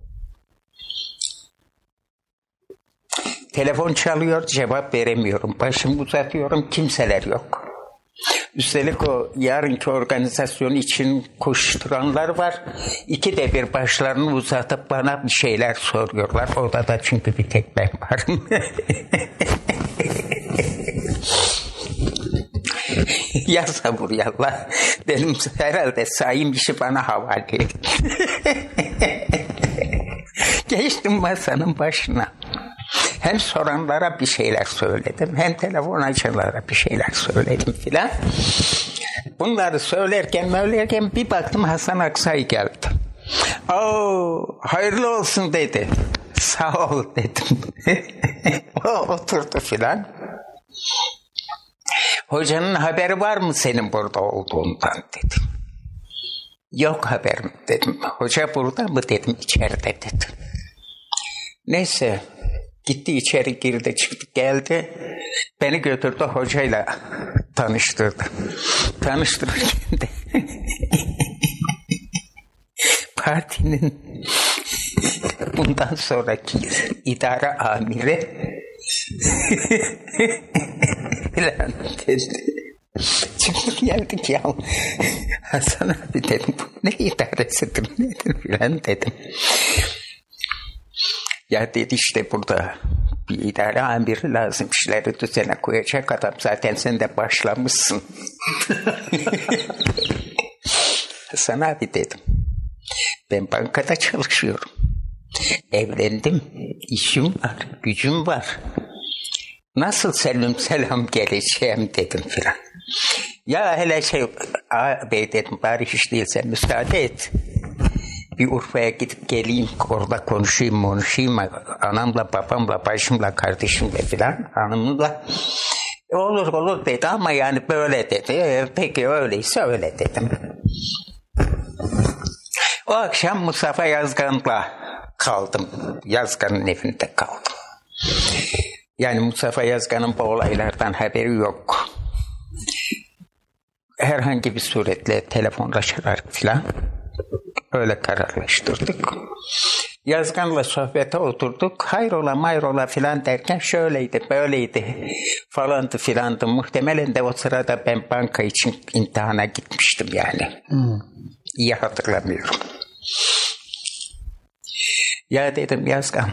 Telefon çalıyor, cevap veremiyorum. Başımı uzatıyorum, kimseler yok. Üstelik o yarınki organizasyon için koşturanlar var. İkide bir başlarını uzatıp bana bir şeyler soruyorlar. Odada çünkü bir tek ben varım. Ya sabır yallah. Benim herhalde Saim işi bana havale etti. Geçtim masanın başına. Hem soranlara bir şeyler söyledim, hem telefon açanlara bir şeyler söyledim filan. Bunları söylerken bir baktım Hasan Aksay geldi. Hayırlı olsun dedi. Sağ ol dedim. O oturdu filan. Hocanın haberi var mı senin burada olduğundan dedim. Yok haberim dedim. Hoca burada mı dedim, içeride dedi. Neyse. Gitti içeri girdi çıktı geldi. Beni götürdü hocayla tanıştırdı. Tanıştırırken de partinin bundan sonraki idare amiri filan dedi. Çıktık geldik ya. Hasan abi dedim, ne idaresidir nedir filan dedim. Ya dedi işte burada bir idare amiri lazım, işleri düzene koyacak adam, zaten sen de başlamışsın. Hasan abi dedim, ben bankada çalışıyorum. Evlendim, işim var, gücüm var. Nasıl selam geleceğim dedim filan. Ya hele bey dedim, bari hiç değilse müsaade et. Bir Urfa'ya gidip geleyim, orada konuşayım, anamla, babamla, başımla, kardeşimle filan, hanımla. Olur dedi ama yani böyle dedi. Peki öyleyse öyle dedim. O akşam Mustafa Yazgan'la kaldım. Yazgan'ın evinde kaldım. Yani Mustafa Yazgan'ın bu olaylardan haberi yok. Herhangi bir suretle telefonlaşarak filan öyle kararlaştırdık. Yazgan'la sohbete oturduk. Hayrola filan derken şöyleydi, böyleydi falandı filandı. Muhtemelen de o sırada ben banka için imtihana gitmiştim yani. İyi hatırlamıyorum. Ya dedim Yazgan,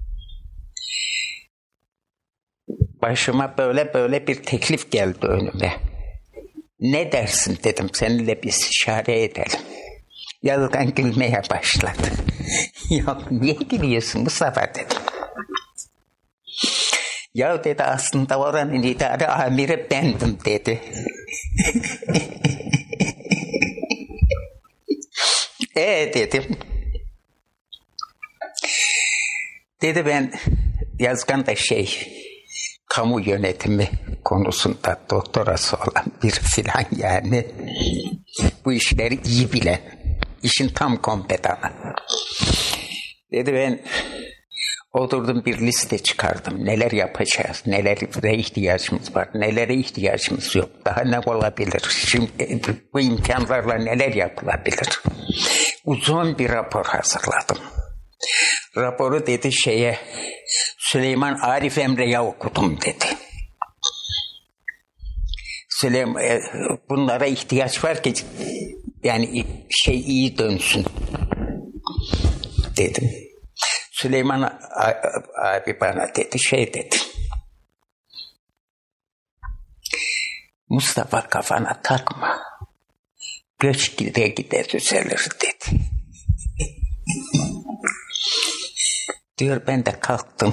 başıma böyle bir teklif geldi önüme. Ne dersin dedim, seninle bir istişare edelim. Yazgan gülmeye başladı. Yok niye gülüyorsun bu sefer dedim. Ya dedi aslında oranın idare amiri bendim dedi. Dedim. Dedi ben Yazgan da kamu yönetimi konusunda doktorası olan bir filan yani. Bu işleri iyi bilen, işin tam kompetanı. Dedi ben oturdum bir liste çıkardım. Neler yapacağız, nelere ihtiyacımız var, nelere ihtiyacımız yok. Daha ne olabilir, şimdi bu imkanlarla neler yapılabilir. Uzun bir rapor hazırladım. Raporu dedi Süleyman Arif Emre'ye okudum dedi. Bunlara ihtiyaç var ki yani iyi dönsün dedim. Süleyman abi bana dedi dedi. Mustafa kafana takma. Göç gide düzelir dedi. Diyor ben de kalktım.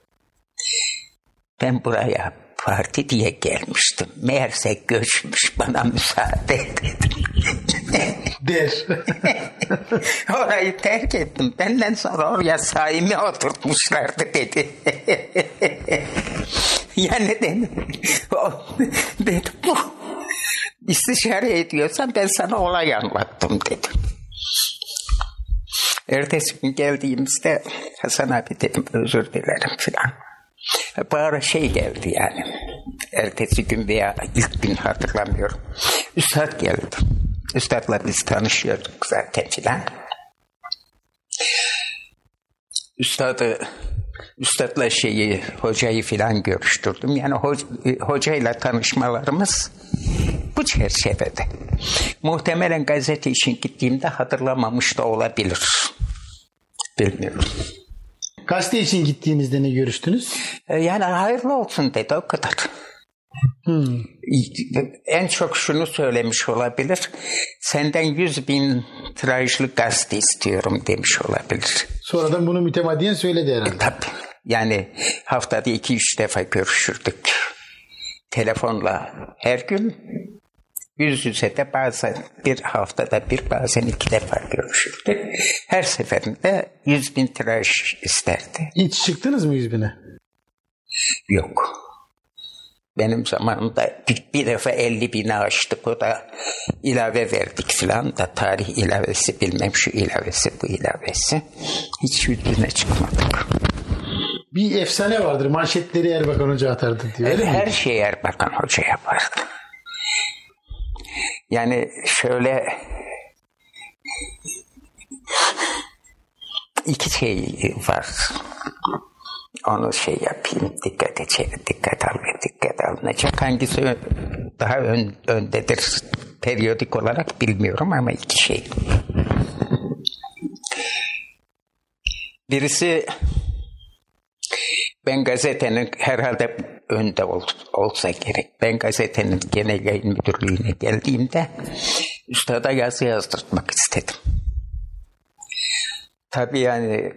Ben buraya parti diye gelmiştim. Meğerse göçmüş, bana müsaade dedim. Orayı terk ettim. Benden sonra oraya Saim'i oturtmuşlardı dedi. Yani dedim bu istişare ediyorsan ben sana olay anlattım dedim. Ertesi gün geldiğimizde Hasan abi dedim, özür dilerim filan. Bana şey geldi yani. Ertesi gün veya ilk gün hatırlamıyorum. Üstad geldi. Üstadla biz tanışıyorduk zaten filan. Üstadla hocayı filan görüştürdüm. Yani hocayla tanışmalarımız bu çerçevede. Muhtemelen gazete için gittiğimde hatırlamamış da olabilir. Bilmiyorum. Gazete için gittiğinizde ne görüştünüz? Yani hayırlı olsun dedi, o kadar. En çok şunu söylemiş olabilir. Senden 100.000 tirajlı gazete istiyorum demiş olabilir. Sonradan bunu mütemadiyen söyledi herhalde. Tabii. Yani haftada 2-3 defa görüşürdük. Telefonla her gün, yüz yüze de bazen bir haftada bir, bazen 2 defa görüşürdük. Her seferinde 100.000 tiraj isterdi. Hiç çıktınız mı 100.000'e? Yok. Benim zamanımda bir defa 50.000'i aştık, o da ilave verdik filan da, tarih ilavesi bilmem şu ilavesi bu ilavesi. Hiç 100.000'e çıkmadık. Bir efsane vardır, manşetleri Erbakan Hoca atardı diyor. Her şeyi Erbakan Hoca yapardı. Yani şöyle iki şey var. Onu yapayım, dikkat alınacak. Hangisi daha öndedir periyodik olarak bilmiyorum ama iki şey. Birisi, ben gazetenin herhalde önde olsa gerek. Ben gazetenin genel yayın müdürlüğüne geldiğimde üstada yazı yazdırtmak istedim. Tabii yani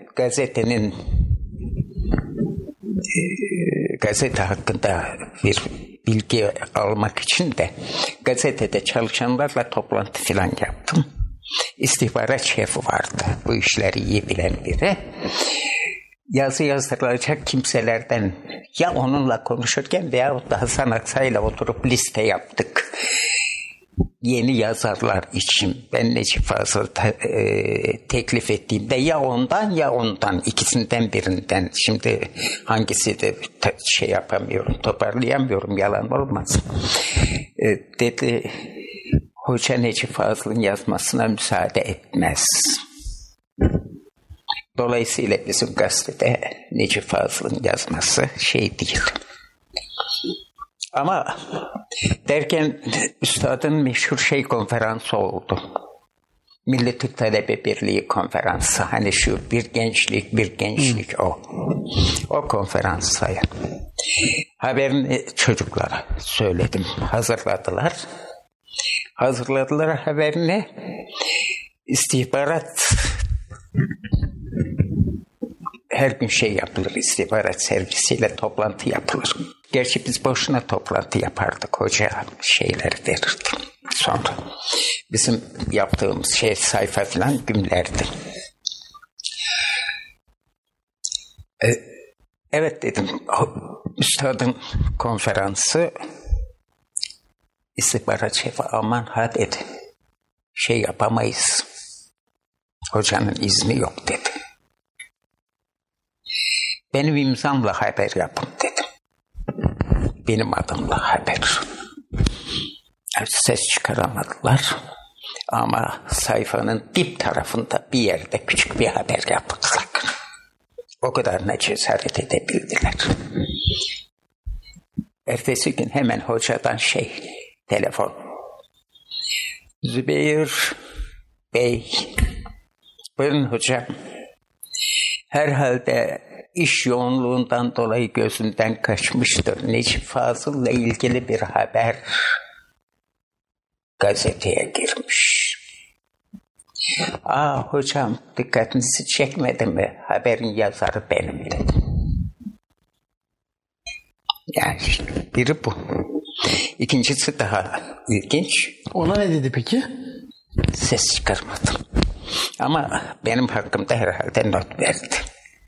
gazete hakkında bir bilgi almak için de gazetede çalışanlarla toplantı falan yaptım. İstihbarat şefi vardı, bu işleri iyi bilen biri. Yazı yazdırılacak kimselerden ya onunla konuşurken veyahut da Hasan Aksay'la oturup liste yaptık. Yeni yazarlar için ben Necip Fazıl teklif ettiğimde ya ondan ikisinden birinden, şimdi hangisi de yapamıyorum, toparlayamıyorum, yalan olmaz. Dedi, hoca Necip Fazıl'ın yazmasına müsaade etmez. Dolayısıyla bizim gazetede Necip Fazıl'ın yazması değil. Ama derken üstadın meşhur konferansı oldu. Milli Türk Talebe Birliği konferansı. Hani şu bir gençlik o. O konferansa. Haberini çocuklara söyledim. Hazırladılar haberini. İstihbarat her gün yapılır, istihbarat servisiyle toplantı yapılır. Gerçi biz boşuna toplantı yapardık, hoca verirdi. Sonra bizim yaptığımız sayfa falan gümlerdi. Evet dedim, üstadın konferansı, istihbarat şefi aman ha dedi. Yapamayız. Hocanın izni yok dedi. Benim imzamla haber yapın dedim. Benim adımla haber. Ses çıkaramadılar. Ama sayfanın dip tarafında bir yerde küçük bir haber yaptılar. O kadarına cesaret edebildiler. Ertesi gün hemen hocadan telefon. Zübeyir Bey, buyurun hocam. Herhalde iş yoğunluğundan dolayı gözümden kaçmıştır. Necip Fazıl'la ilgili bir haber gazeteye girmiş. Hocam dikkatinizi çekmedi mi? Haberin yazarı benim dedim. Yani biri bu. İkincisi daha ilginç. Ona ne dedi peki? Ses çıkarmadım. Ama benim hakkımda herhalde not verdi.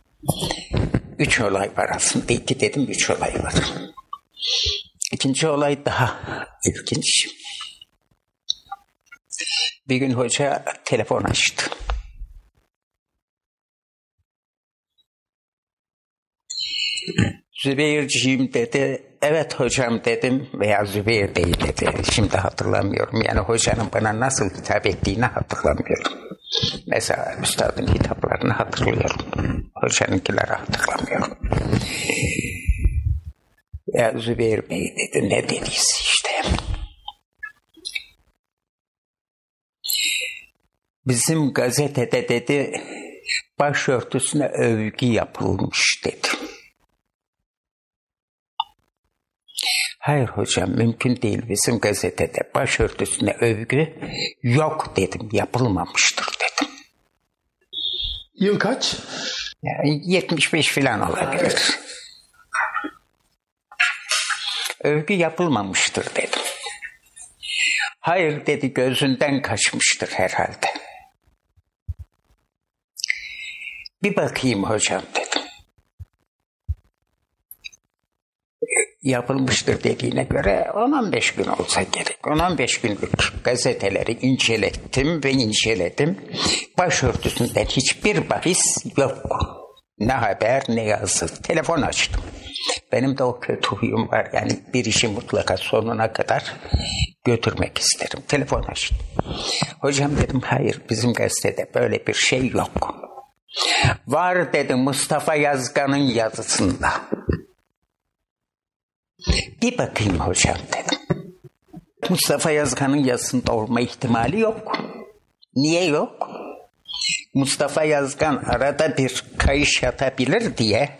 3 olay var aslında. 2 dedim, 3 olay var. İkinci olay daha ilginç. Bir gün hoca telefon açtı. Zübeyirciğim dedi. Evet hocam dedim veya Zübeyir değil dedi. Şimdi hatırlamıyorum. Yani hocanın bana nasıl hitap ettiğini hatırlamıyorum. Mesela üstadın hitaplarını hatırlıyorum. Hocanınkileri hatırlamıyorum. Ya Zübeyir Bey dedi, ne dediyse işte. Bizim gazetede dedi başörtüsüne övgü yapılmış dedi. Hayır hocam, mümkün değil, bizim gazetede başörtüsüne övgü yok dedim, yapılmamıştır dedim. Yıl kaç? Yani 75 falan olabilir. Övgü yapılmamıştır dedim. Hayır dedi, gözünden kaçmıştır herhalde. Bir bakayım hocam dedim. Yapılmıştır dediğine göre 10-15 gün olsa gerek. 10-15 günlük gazeteleri incelettim ve inceledim. Başörtüsünden hiçbir bahis yok. Ne haber ne yazı. Telefon açtım. Benim de o kötü huyum var. Yani bir işi mutlaka sonuna kadar götürmek isterim. Telefon açtım. Hocam dedim, hayır bizim gazetede böyle bir şey yok. Var dedi Mustafa Yazgan'ın yazısında. Bir bakayım hocam dedim. Mustafa Yazgan'ın yazısında olma ihtimali yok. Niye yok? Mustafa Yazgan arada bir kayış yatabilir diye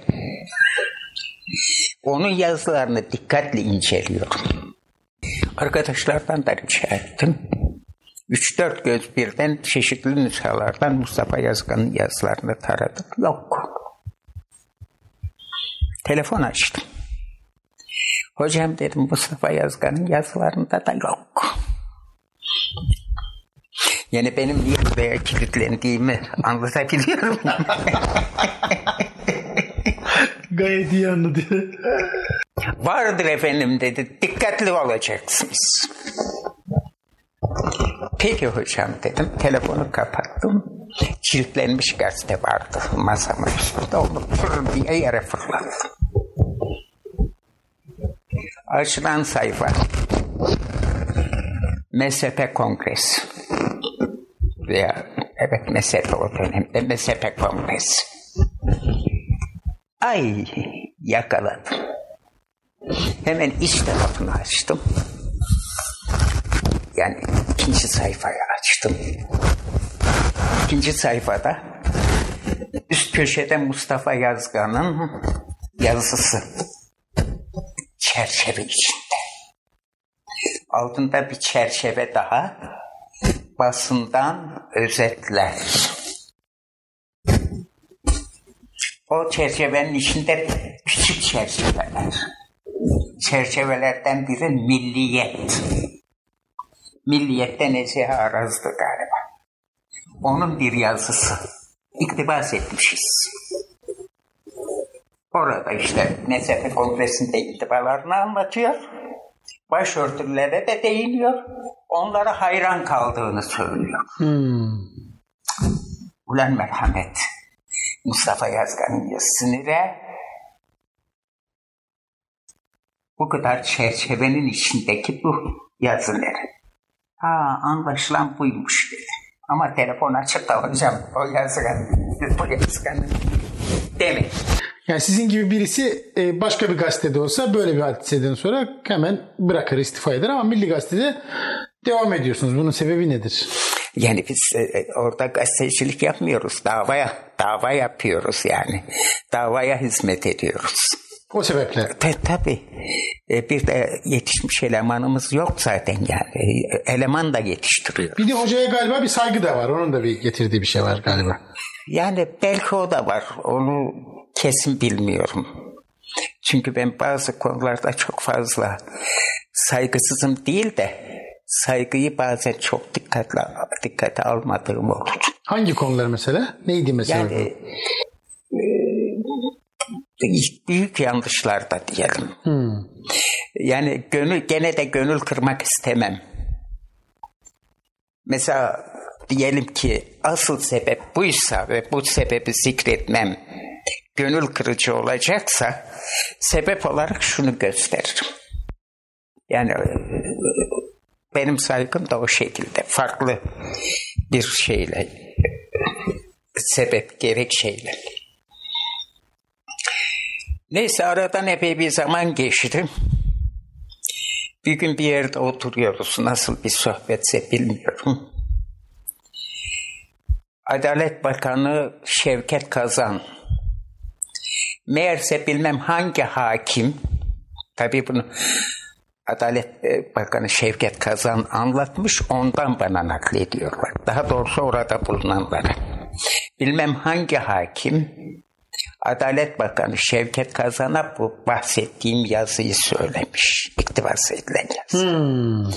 onun yazılarını dikkatle inceliyorum. Arkadaşlardan da rica ettim. 3-4 göz birden çeşitli nüshalardan Mustafa Yazgan'ın yazılarını taradık. Yok. Telefon açtım. Hocam dedim, Mustafa Yazgan'ın yazılarında da yok. Yani benim niye buraya kilitlendiğimi anlatabiliyorum. Gayet iyi anladı. Vardır efendim dedi, dikkatli olacaksınız. Peki hocam dedim, telefonu kapattım. Kilitlenmiş gazete vardı masamın üstünde, onu fırın diye yere fırlattım. Açılan sayfa MSP Kongresi veya evet MSP, o dönemde MSP Kongresi. Ay yakaladım. Hemen iç tarafını açtım. Yani ikinci sayfayı açtım. İkinci sayfada üst köşede Mustafa Yazgan'ın yazısı. Çerçeve içinde. Altında bir çerçeve daha. Basından özetler. O çerçevenin içinde küçük çerçeveler. Çerçevelerden biri Milliyet. Milliyet'te Nezihe Araz'dı galiba. Onun bir yazısı. İktibas etmişiz. Orada işte MSP Kongresi'nde intibalarını anlatıyor. Başörtülere de değiniyor. Onlara hayran kaldığını söylüyor. Ulan merhamet. Mustafa Yazgan'ın yazısını ve bu kadar çerçevenin içindeki bu yazıları. Anlaşılan buymuş dedi. Ama telefon açıp da hocam o yazganın demek. Yani sizin gibi birisi başka bir gazetede olsa böyle bir hadiseden sonra hemen bırakır, istifa eder, ama Milli Gazete'de devam ediyorsunuz. Bunun sebebi nedir? Yani biz orada gazetecilik yapmıyoruz. Dava yapıyoruz yani. Davaya hizmet ediyoruz. O sebeple. Tabii. Bir de yetişmiş elemanımız yok zaten yani. Eleman da yetiştiriyor. Bir de hocaya galiba bir saygı da var. Onun da bir getirdiği bir şey var galiba. Yani belki o da var. Onu kesin bilmiyorum. Çünkü ben bazı konularda çok fazla saygısızım değil de saygıyı bazen çok dikkate almadığım olur. Hangi konular mesela? Neydi mesela? Yani büyük yanlışlar da diyelim. Yani gene de gönül kırmak istemem. Mesela diyelim ki asıl sebep buysa ve bu sebebi zikretmem gönül kırıcı olacaksa sebep olarak şunu gösteririm. Yani benim saygım da o şekilde farklı bir şeyle, sebep gerekçeyle. Neyse aradan epey bir zaman geçti. Bir gün bir yerde oturuyoruz. Nasıl bir sohbetse bilmiyorum. Adalet Bakanı Şevket Kazan. Meğerse bilmem hangi hakim, tabii bunu Adalet Bakanı Şevket Kazan anlatmış, ondan bana naklediyorlar. Daha doğrusu orada bulunanlara. Bilmem hangi hakim, Adalet Bakanı Şevket Kazan'a bu bahsettiğim yazıyı söylemiş. İktibas edilen yazı.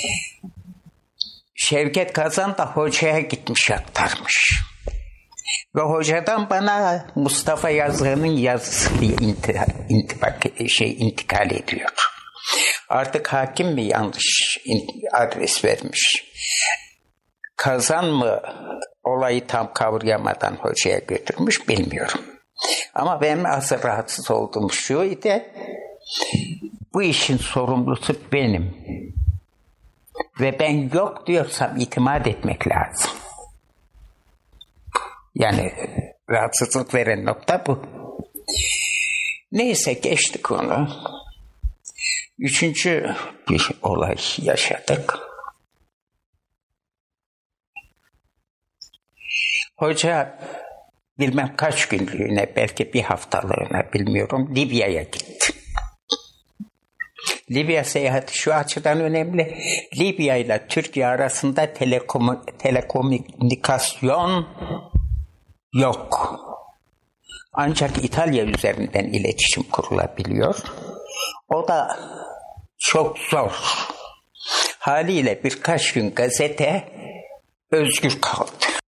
Şevket Kazan da hocaya gitmiş aktarmış. Ve hocadan bana Mustafa Yazgan'ın yazısı diye intikal ediyor. Artık hakim mi yanlış adres vermiş? Kazan mı olayı tam kavrayamadan hocaya götürmüş bilmiyorum. Ama benim asıl rahatsız olduğum şu idi. Bu işin sorumlusu benim. Ve ben yok diyorsam itimat etmek lazım. Yani rahatsızlık veren nokta bu. Neyse geçtik onu. Üçüncü bir olay yaşadık. Hoca bilmem kaç günlüğüne, belki bir haftalığına bilmiyorum, Libya'ya gitti. Libya seyahati şu açıdan önemli. Libya ile Türkiye arasında telekomünikasyon yok. Ancak İtalya üzerinden iletişim kurulabiliyor. O da çok zor. Haliyle birkaç gün gazete özgür kaldı.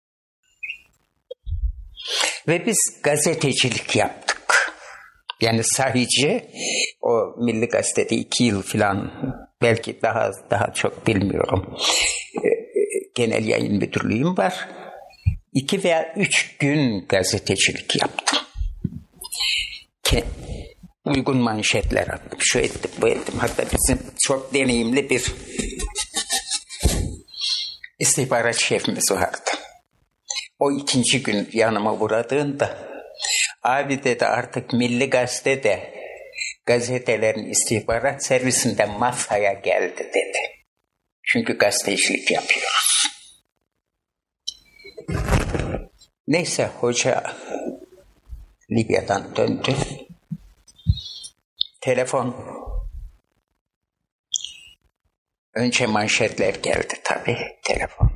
Ve biz gazetecilik yaptık. Yani sahici, o Milli Gazete'de 2 yıl falan, belki daha çok bilmiyorum. Genel yayın müdürlüğüm var. 2 veya 3 gün gazetecilik yaptım. Uygun manşetler attım. Şu ettim, bu ettim. Hatta bizim çok deneyimli bir istihbarat şefimiz vardı. O 2. gün yanıma uğradığında, abi dedi, artık Milli Gazete'de gazetelerin istihbarat servisinden masaya geldi dedi. Çünkü gazetecilik yapıyoruz. Neyse hoca Libya'dan döndü. Telefon. Önce manşetler geldi tabii, telefon.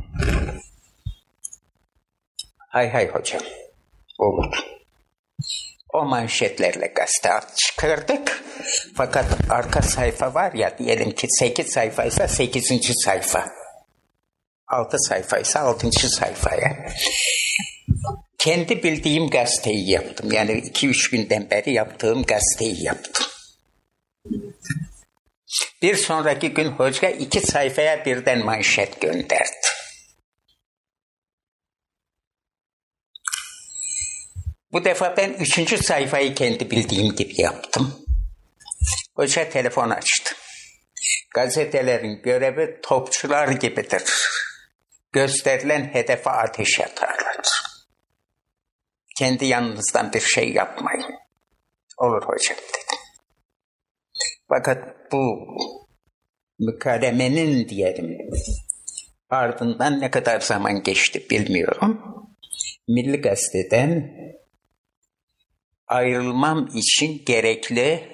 Hay hocam, olur. O manşetlerle gazete çıkardık. Fakat arka sayfa var ya, diyelim ki 8 sayfaysa 8. sayfa. 6 sayfaysa 6. sayfaya. Kendi bildiğim gazeteyi yaptım. Yani 2-3 günden beri yaptığım gazeteyi yaptım. Bir sonraki gün hoca 2 sayfaya birden manşet gönderdi. Bu defa ben 3. sayfayı kendi bildiğim gibi yaptım. Hoca telefon açtı. Gazetelerin görevi topçular gibidir. Gösterilen hedefe ateş atarlar. Kendi yanınızdan bir şey yapmayın. Olur hocam dedim. Fakat bu mükalemenin diyelim ardından ne kadar zaman geçti bilmiyorum. Milli Gazete'den ayrılmam için gerekli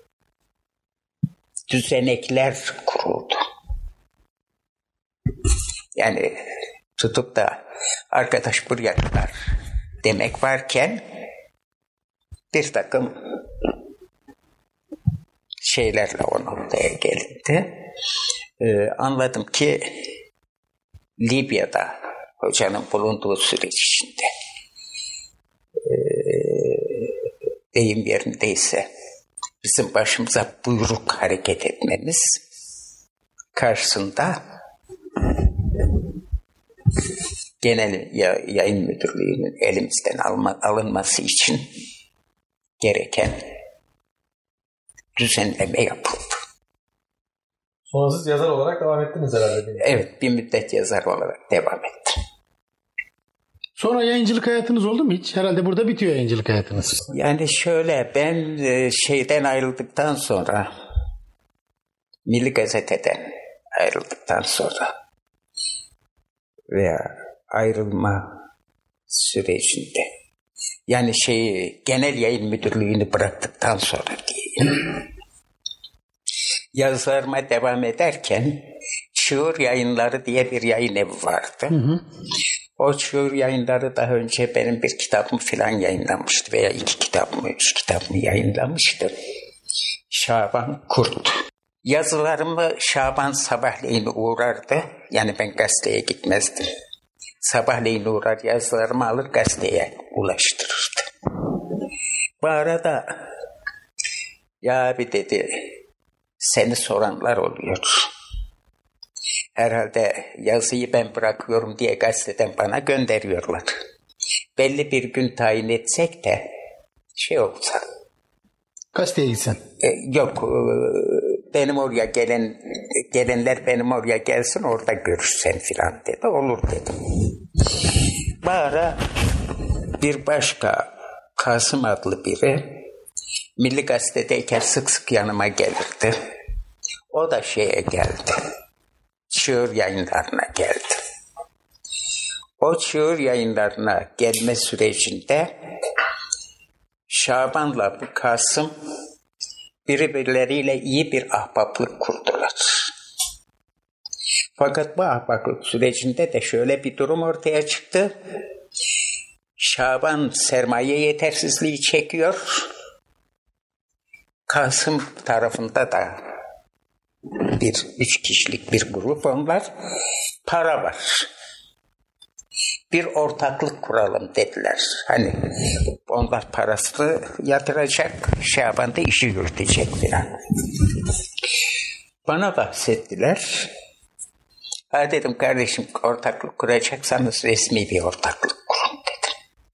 düzenekler kuruldu. Yani tutup da arkadaş buraya kadar demek varken bir takım şeylerle o noktaya gelindi. Anladım ki Libya'da hocanın bulunduğu süreç içinde deyim yerindeyse bizim başımıza buyruk hareket etmemiz karşısında genel yayın müdürlüğünün elimizden alınması için gereken düzenleme yapıldı. Sonra siz yazar olarak devam ettiniz herhalde. Evet, bir müddet yazar olarak devam ettim. Sonra yayıncılık hayatınız oldu mu hiç? Herhalde burada bitiyor yayıncılık hayatınız. Yani şöyle, ben şeyden ayrıldıktan sonra, Milli Gazete'den ayrıldıktan sonra veya ayrılma sürecinde, yani genel yayın müdürlüğünü bıraktıktan sonra diyeyim, yazılarıma devam ederken Çığır Yayınları diye bir yayın evi vardı. O Çığır Yayınları daha önce benim bir kitabımı falan yayınlamıştı veya 2 kitabımı, 3 kitabımı yayınlamıştı. Şaban Kurt. Yazılarımı Şaban sabahleyin uğrardı. Yani ben gazeteye gitmezdim. Sabahleyin uğrar, yazılarımı alır, gazeteye ulaştırırdı. Bu arada ya abi dedi, seni soranlar oluyor. Herhalde yazıyı ben bırakıyorum diye gazeteden bana gönderiyorlar. Belli bir gün tayin etsek de olsa. Gazeteye gitsen. Yok, benim oraya gelenler benim oraya gelsin, orada görüşsen filan dedi. Olur dedim. Bu ara bir başka Kasım adlı biri Milli Gazete'deyken sık sık yanıma gelirdi. O da geldi. Çığır Yayınlarına geldi. O Çığır Yayınlarına gelme sürecinde Şaban'la bu Kasım birbirleriyle iyi bir ahbaplık kurdular. Fakat bu ahbaplık sürecinde de şöyle bir durum ortaya çıktı. Şaban sermaye yetersizliği çekiyor. Kasım tarafında da 3 kişilik bir grup onlar. Para var. Bir ortaklık kuralım dediler. Hani onlar parasını yatıracak, Şaban da işi yürütecek falan. Bana bahsettiler. Ha dedim, kardeşim ortaklık kuracaksanız resmi bir ortaklık kurun dedim.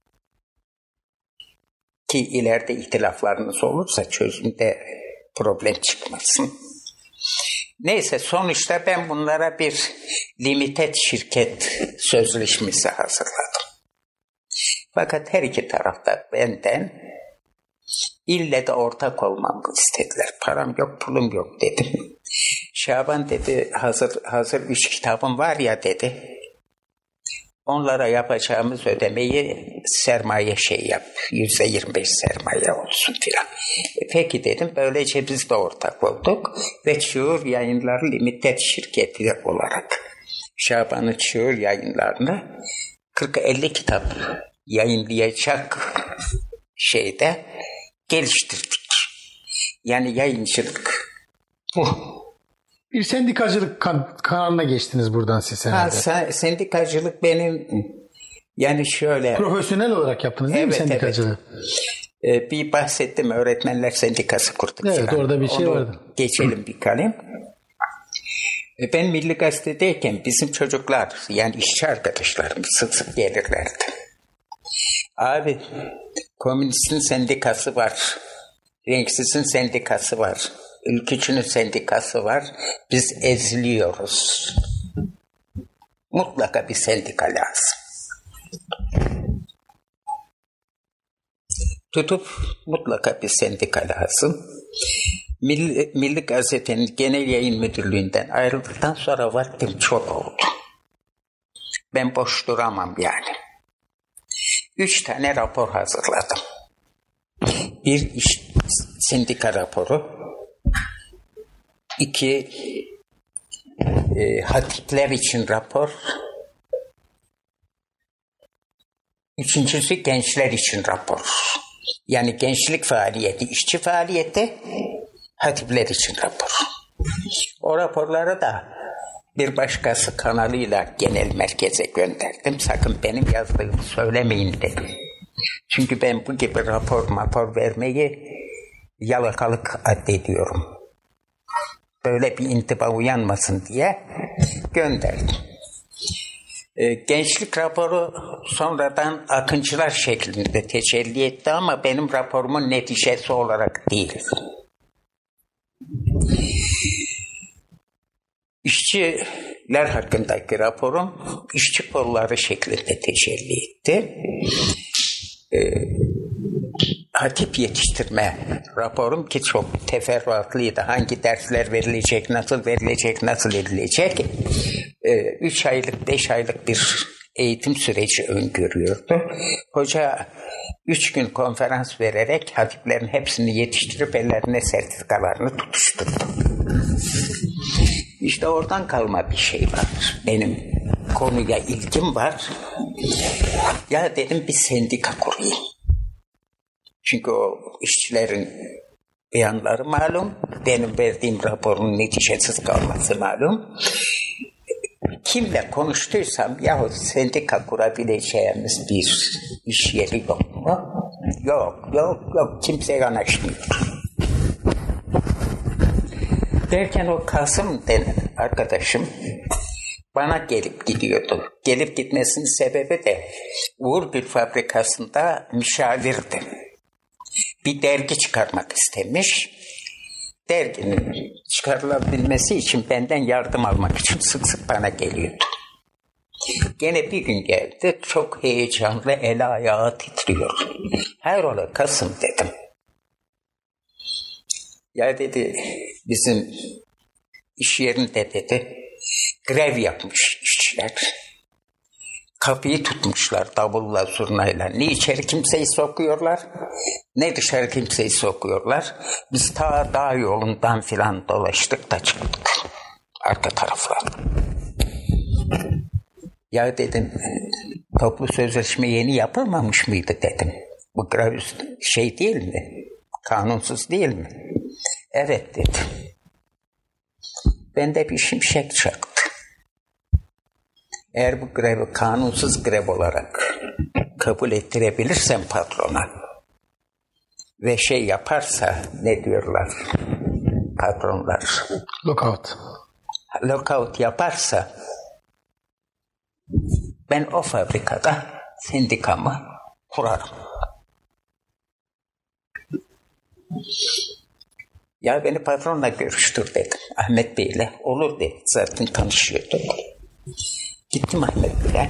Ki ileride ihtilaflarınız olursa çözümde problem çıkmasın. Neyse, sonuçta ben bunlara bir limited şirket sözleşmesi hazırladım. Fakat her iki tarafta benden ille de ortak olmamı istediler. Param yok, pulum yok dedim. Şaban dedi, hazır 3 kitabım var ya dedi. Onlara yapacağımız ödemeyi sermaye yap. %25 sermaye olsun filan. Peki dedim. Böylece biz de ortak olduk. Ve Çığır Yayınları Limited şirketi olarak Şaban'ın Çığır Yayınlarını 40-50 kitap yayınlayacak geliştirdik. Yani yayıncılık bu. Bir sendikacılık kanalına geçtiniz buradan siz herhalde. Sendikacılık benim yani şöyle. Profesyonel olarak yaptınız değil mi sendikacılığı? Evet. Bir bahsettim, öğretmenler sendikası kurduk. Evet falan. Orada bir şey vardı. Geçelim bir kalem. Ben Milli Gazete'deyken bizim çocuklar, yani işçi arkadaşlarımız sık sık gelirlerdi. Abi, komünistin sendikası var, renksizin sendikası var, ülkücünün sendikası var, biz eziliyoruz. Mutlaka bir sendika lazım. Tutup mutlaka bir sendika lazım. Milli Gazete'nin genel yayın müdürlüğünden ayrıldıktan sonra vaktim çok oldu. Ben boş duramam yani. 3 tane rapor hazırladım. Bir sendika raporu, 2 hatipler için rapor, 3.'sü gençler için rapor. Yani gençlik faaliyeti, işçi faaliyeti, hatipler için rapor. O raporları da bir başkası kanalıyla genel merkeze gönderdim. Sakın benim yazdığımı söylemeyin dedim. Çünkü ben bu gibi rapor vermeyi yalakalık addediyorum. Böyle bir intiba uyanmasın diye gönderdim. Gençlik raporu sonradan akıncılar şeklinde tecelli etti ama benim raporumun neticesi olarak değil. İşçiler hakkındaki raporum işçi kolları şeklinde tecelli etti. Hatip yetiştirme raporum ki çok teferruatlıydı. Hangi dersler verilecek, nasıl verilecek, nasıl edilecek. 3 aylık, 5 aylık bir eğitim süreci öngörüyordu. Hoca 3 gün konferans vererek hatiplerin hepsini yetiştirip ellerine sertifikalarını tutuşturdu. İşte oradan kalma bir şey var. Benim konuya ilgim var. Ya dedim bir sendika kurayım. Çünkü o işçilerin beyanları malum. Benim verdiğim raporun neticesiz kalması malum. Kimle konuştuysam yahut sendika kurabileceğimiz bir iş yeri yok mu? Yok. Kimse yanaşmıyor. Derken o Kasım denen arkadaşım bana gelip gidiyordu. Gelip gitmesinin sebebi de Uğur Gül Fabrikası'nda müşavirdi. Bir dergi çıkarmak istemiş. Derginin çıkarılabilmesi için benden yardım almak için sık sık bana geliyordu. Gene bir gün geldi, çok heyecanlı, el ayağı titriyor. Hayrola Kasım dedim. Ya dedi, bizim iş yerinde dedi, grev yapmış işçiler. Kapıyı tutmuşlar davulla, zurnayla. Ne içeri kimseyi sokuyorlar, ne dışarı kimseyi sokuyorlar. Biz ta dağ yolundan filan dolaştık da çıktık arka taraflardan. Ya dedim, toplu sözleşme yeni yapılmamış mıydı dedim. Bu grev şey değil mi? Kanunsuz değil mi? Evet dedi. Bende bir şimşek çaktı. Eğer bu grevi kanunsuz grev olarak kabul ettirebilirsem patrona ve şey yaparsa ne diyorlar patronlar? Lockout yaparsa ben o fabrikada sendikamı kurarım. Ya beni patronla görüştür dedim. Ahmet Bey'le. Olur dedi. Zaten tanışıyorduk. Gittim Ahmet Bey'le.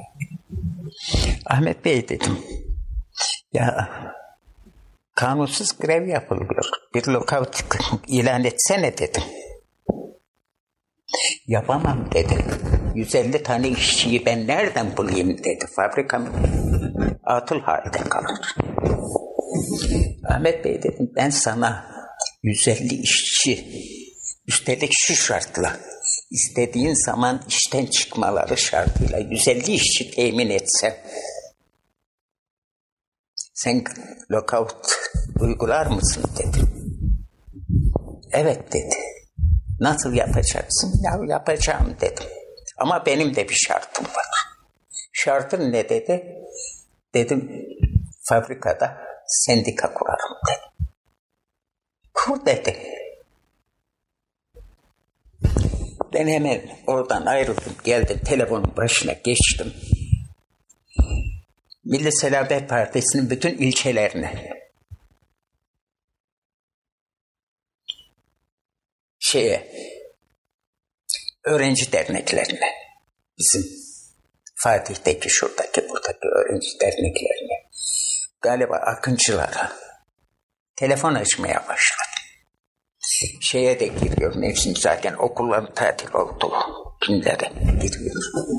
Ahmet Bey dedim. Ya kanunsuz grev yapılıyor. Bir lockout ilan etsene dedim. Yapamam dedi. 150 tane işçiyi ben nereden bulayım dedi. Fabrikam atıl halde kalır. Ahmet Bey dedim ben sana 150 işçi üstelik şu şartla istediğin zaman işten çıkmaları şartıyla 150 işçi temin etsem sen lockout uygular mısın dedi. Evet dedi. Nasıl yapacaksın? Ya yapacağım dedim. Ama benim de bir şartım var. Şartın ne dedi? Dedim fabrikada sendika kurarım dedi. Kur dedi. Ben hemen oradan ayrıldım, geldim, telefonun başına geçtim. Milli Selamet Partisi'nin bütün ilçelerine öğrenci derneklerine, bizim Fatih'teki, şuradaki, buradaki öğrenci derneklerine, galiba akıncılara telefon açmaya başladım. Şeye de giriyor, mevsim zaten okulların tatil olduğu günlere giriyor.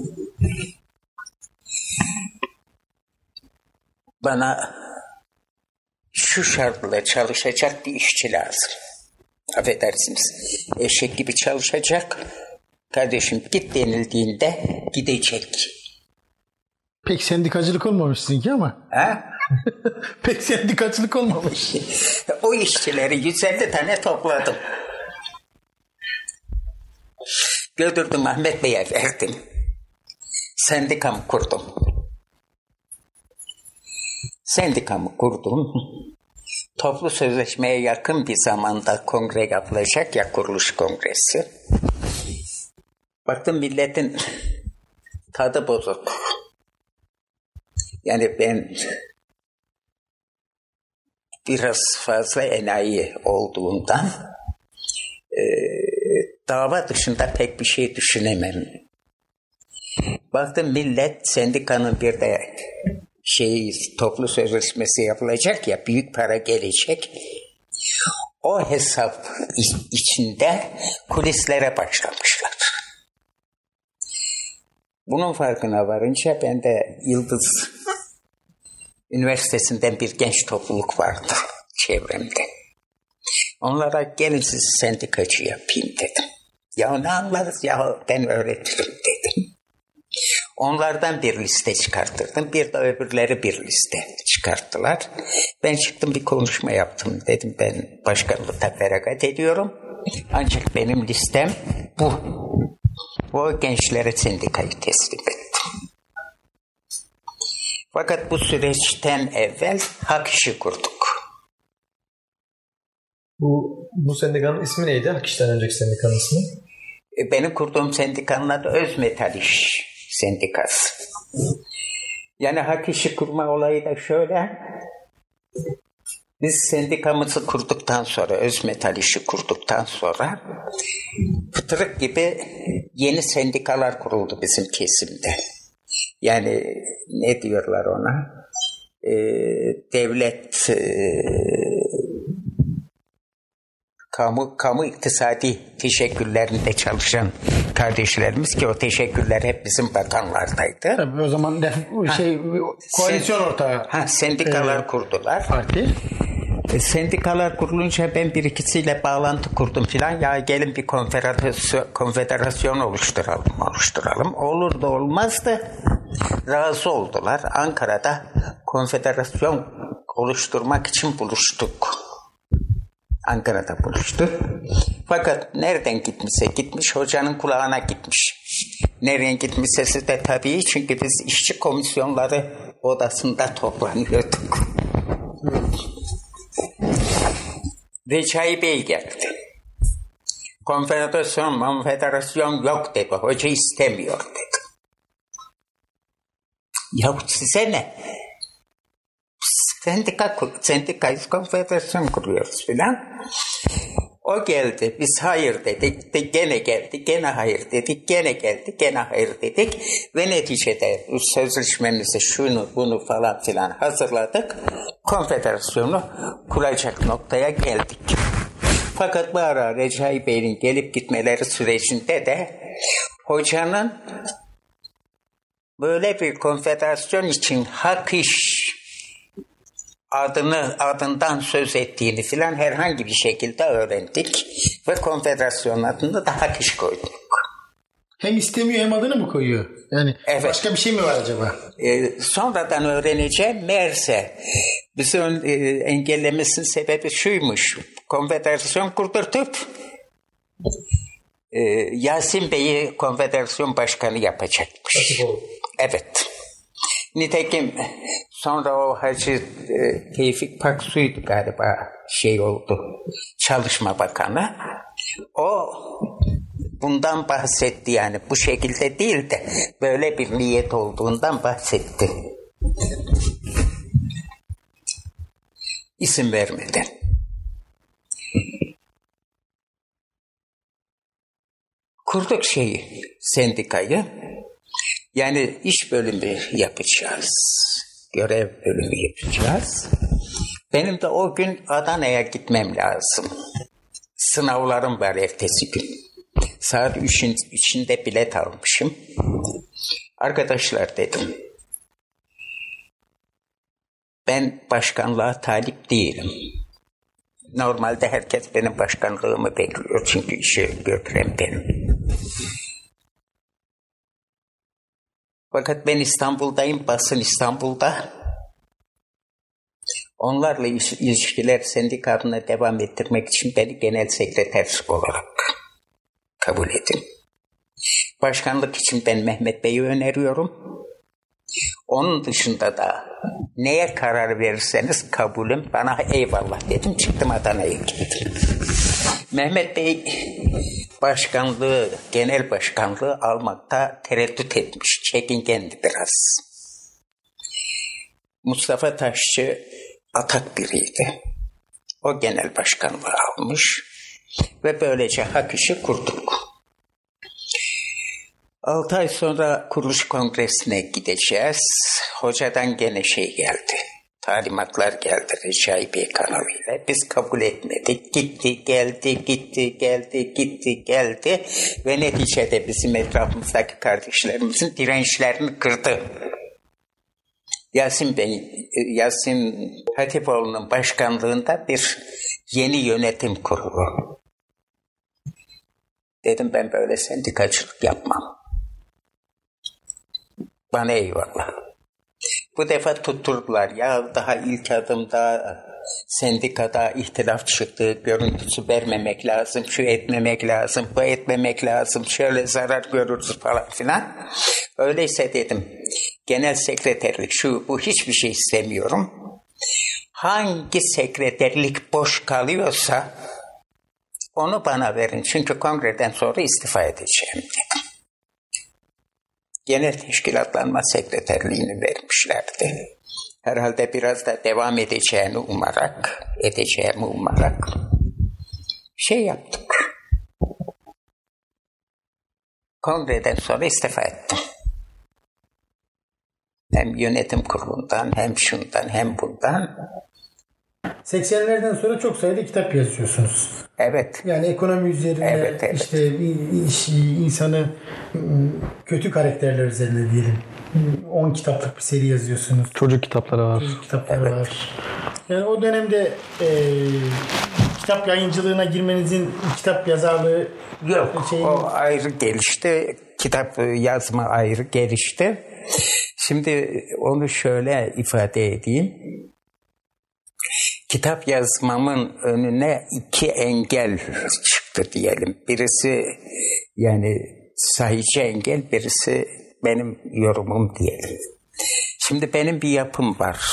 Bana şu şartla çalışacak bir işçi lazım. Affedersiniz, eşek gibi çalışacak. Kardeşim git denildiğinde gidecek. Pek sendikacılık olmamış sizinki ama. Ha? Pek sendikacılık olmamış. O işçileri 150 tane topladım. Götürdüm Ahmet Bey'e verdim. Sendikamı kurdum. Sendikamı kurdum. Toplu sözleşmeye yakın bir zamanda kongre yapılacak ya, kuruluş kongresi. Baktım milletin tadı bozuk. Yani ben biraz fazla enayi olduğundan dava dışında pek bir şey düşünemem. Baktım millet sendikanın bir de toplu sözleşmesi yapılacak ya, büyük para gelecek. O hesap içinde kulislere başlamışlar. Bunun farkına varınca ben de Yıldız Üniversitesi'nden bir genç topluluk vardı çevremde. Onlara gelin sizi sendikacı yapayım dedim. Ya ne anlarız ya, ben öğretirim dedim. Onlardan bir liste çıkarttırdım. Bir de öbürleri bir liste çıkarttılar. Ben çıktım bir konuşma yaptım. Dedim ben başkanlıkta feragat ediyorum. Ancak benim listem bu. O gençlere sendikayı teslim ettim. Fakat bu süreçten evvel Hak İş'i kurduk. Bu sendikanın ismi neydi? Hak İş'ten önceki sendikanın ismi? Benim kurduğum sendikanın adı Özmetal İş Sendikası. Yani Hak İş'i kurma olayı da şöyle. Biz sendikamızı kurduktan sonra, Özmetal İş'i kurduktan sonra fıtırık gibi yeni sendikalar kuruldu bizim kesimde. Yani ne diyorlar ona? Devlet kamu iktisadi teşekküllerinde çalışan kardeşlerimiz ki o teşekküller hep bizim bakanlardaydı. Tabii o zaman koalisyon ortağı. Sendikalar kurdular. Parti. Sendikalar kurulunca ben bir ikisiyle bağlantı kurdum filan. Ya gelin bir konfederasyon oluşturalım. Olur da olmaz da razı oldular. Ankara'da konfederasyon oluşturmak için buluştuk. Ankara'da buluştuk. Fakat nereden gitmişse gitmiş, hocanın kulağına gitmiş. Nereye gitmişse siz de tabii, çünkü biz işçi komisyonları odasında toplanıyorduk. Recai Bey geldi. Konfederasyon yok dedi. Hoca istemiyor dedi. Ya size ne? Sendikayız, konfederasyon kuruyoruz filan. O geldi, biz hayır dedik, gene geldi, gene hayır dedik, gene geldi, gene hayır dedik. Ve neticede sözleşmemizi şunu bunu falan filan hazırladık. Konfederasyonu kuracak noktaya geldik. Fakat bu ara Recai Bey'in gelip gitmeleri sürecinde de hocanın böyle bir konfederasyon için Hak İş adından söz ettiğini filan herhangi bir şekilde öğrendik ve konfederasyon adını da Hak İş koyduk. Hem istemiyor hem adını mı koyuyor? Yani evet. Başka bir şey mi var acaba? Sonradan öğreneceğim, meğerse bizi engellemesinin sebebi şuymuş. Konfederasyon kurdurtup Yasin Bey'i konfederasyon başkanı yapacakmış. Evet. Nitekim sonra o Hacı Tevfik Paksu'ydu galiba oldu, Çalışma Bakanı. O bundan bahsetti, yani bu şekilde değil de böyle bir niyet olduğundan bahsetti. İsim vermeden. Kurduk sendikayı. Yani iş bölümü yapacağız. Görev bölümü yapacağız. Benim de o gün Adana'ya gitmem lazım. Sınavlarım var ertesi gün. Saat 3'ün içinde bilet almışım. Arkadaşlar dedim, ben başkanlığa talip değilim. Normalde herkes benim başkanlığımı bekliyor. Çünkü işi götüren benim. Fakat ben İstanbul'dayım, basın İstanbul'da. Onlarla ilişkiler sendikasına devam ettirmek için beni genel sekreter olarak kabul edin. Başkanlık için ben Mehmet Bey'i öneriyorum. Onun dışında da neye karar verirseniz kabulüm, bana eyvallah dedim, çıktım Adana'ya gittim. Mehmet Bey başkanlığı, genel başkanlığı almakta tereddüt etmiş, çekingendi biraz. Mustafa Taşçı atak biriydi. O genel başkanlığı almış ve böylece hak işi kurduk. 6 ay sonra kuruluş kongresine gideceğiz. Hocadan gene geldi. Talimatlar geldi Recai Bey kanalıyla. Biz kabul etmedik. Gitti, geldi, gitti, geldi, gitti, geldi. Ve neticede bizim etrafımızdaki kardeşlerimizin dirençlerini kırdı. Yasin Hatipoğlu'nun başkanlığında bir yeni yönetim kurulu. Dedim ben böyle sendikacılık yapmam. Bana eyvallah. Bu defa tutturdular. Ya daha ilk adımda sendikada ihtilaf çıktı, görüntüsü vermemek lazım, şu etmemek lazım, bu etmemek lazım, şöyle zarar görürüz falan filan. Öyleyse dedim, genel sekreterlik şu bu hiçbir şey istemiyorum. Hangi sekreterlik boş kalıyorsa onu bana verin. Çünkü kongreden sonra istifa edeceğim dedim. Genel teşkilatlanma sekreterliğini vermişlerdi. Herhalde biraz da devam edeceğimi umarak yaptık. Kongreden sonra istifa ettim. Hem yönetim kurulundan, hem şundan, hem bundan. 80'lerden sonra çok sayıda kitap yazıyorsunuz. Evet. Yani ekonomi üzerine, evet. işte insanı kötü karakterler üzerine diyelim. 10 kitaplık bir seri yazıyorsunuz. Çocuk kitapları var. Var. Yani o dönemde kitap yayıncılığına girmenizin kitap yazarlığı yok. O ayrı gelişti. Kitap yazma ayrı gelişti. Şimdi onu şöyle ifade edeyim. Kitap yazmamın önüne 2 engel çıktı diyelim. Birisi yani sahici engel, birisi benim yorumum diyelim. Şimdi benim bir yapım var.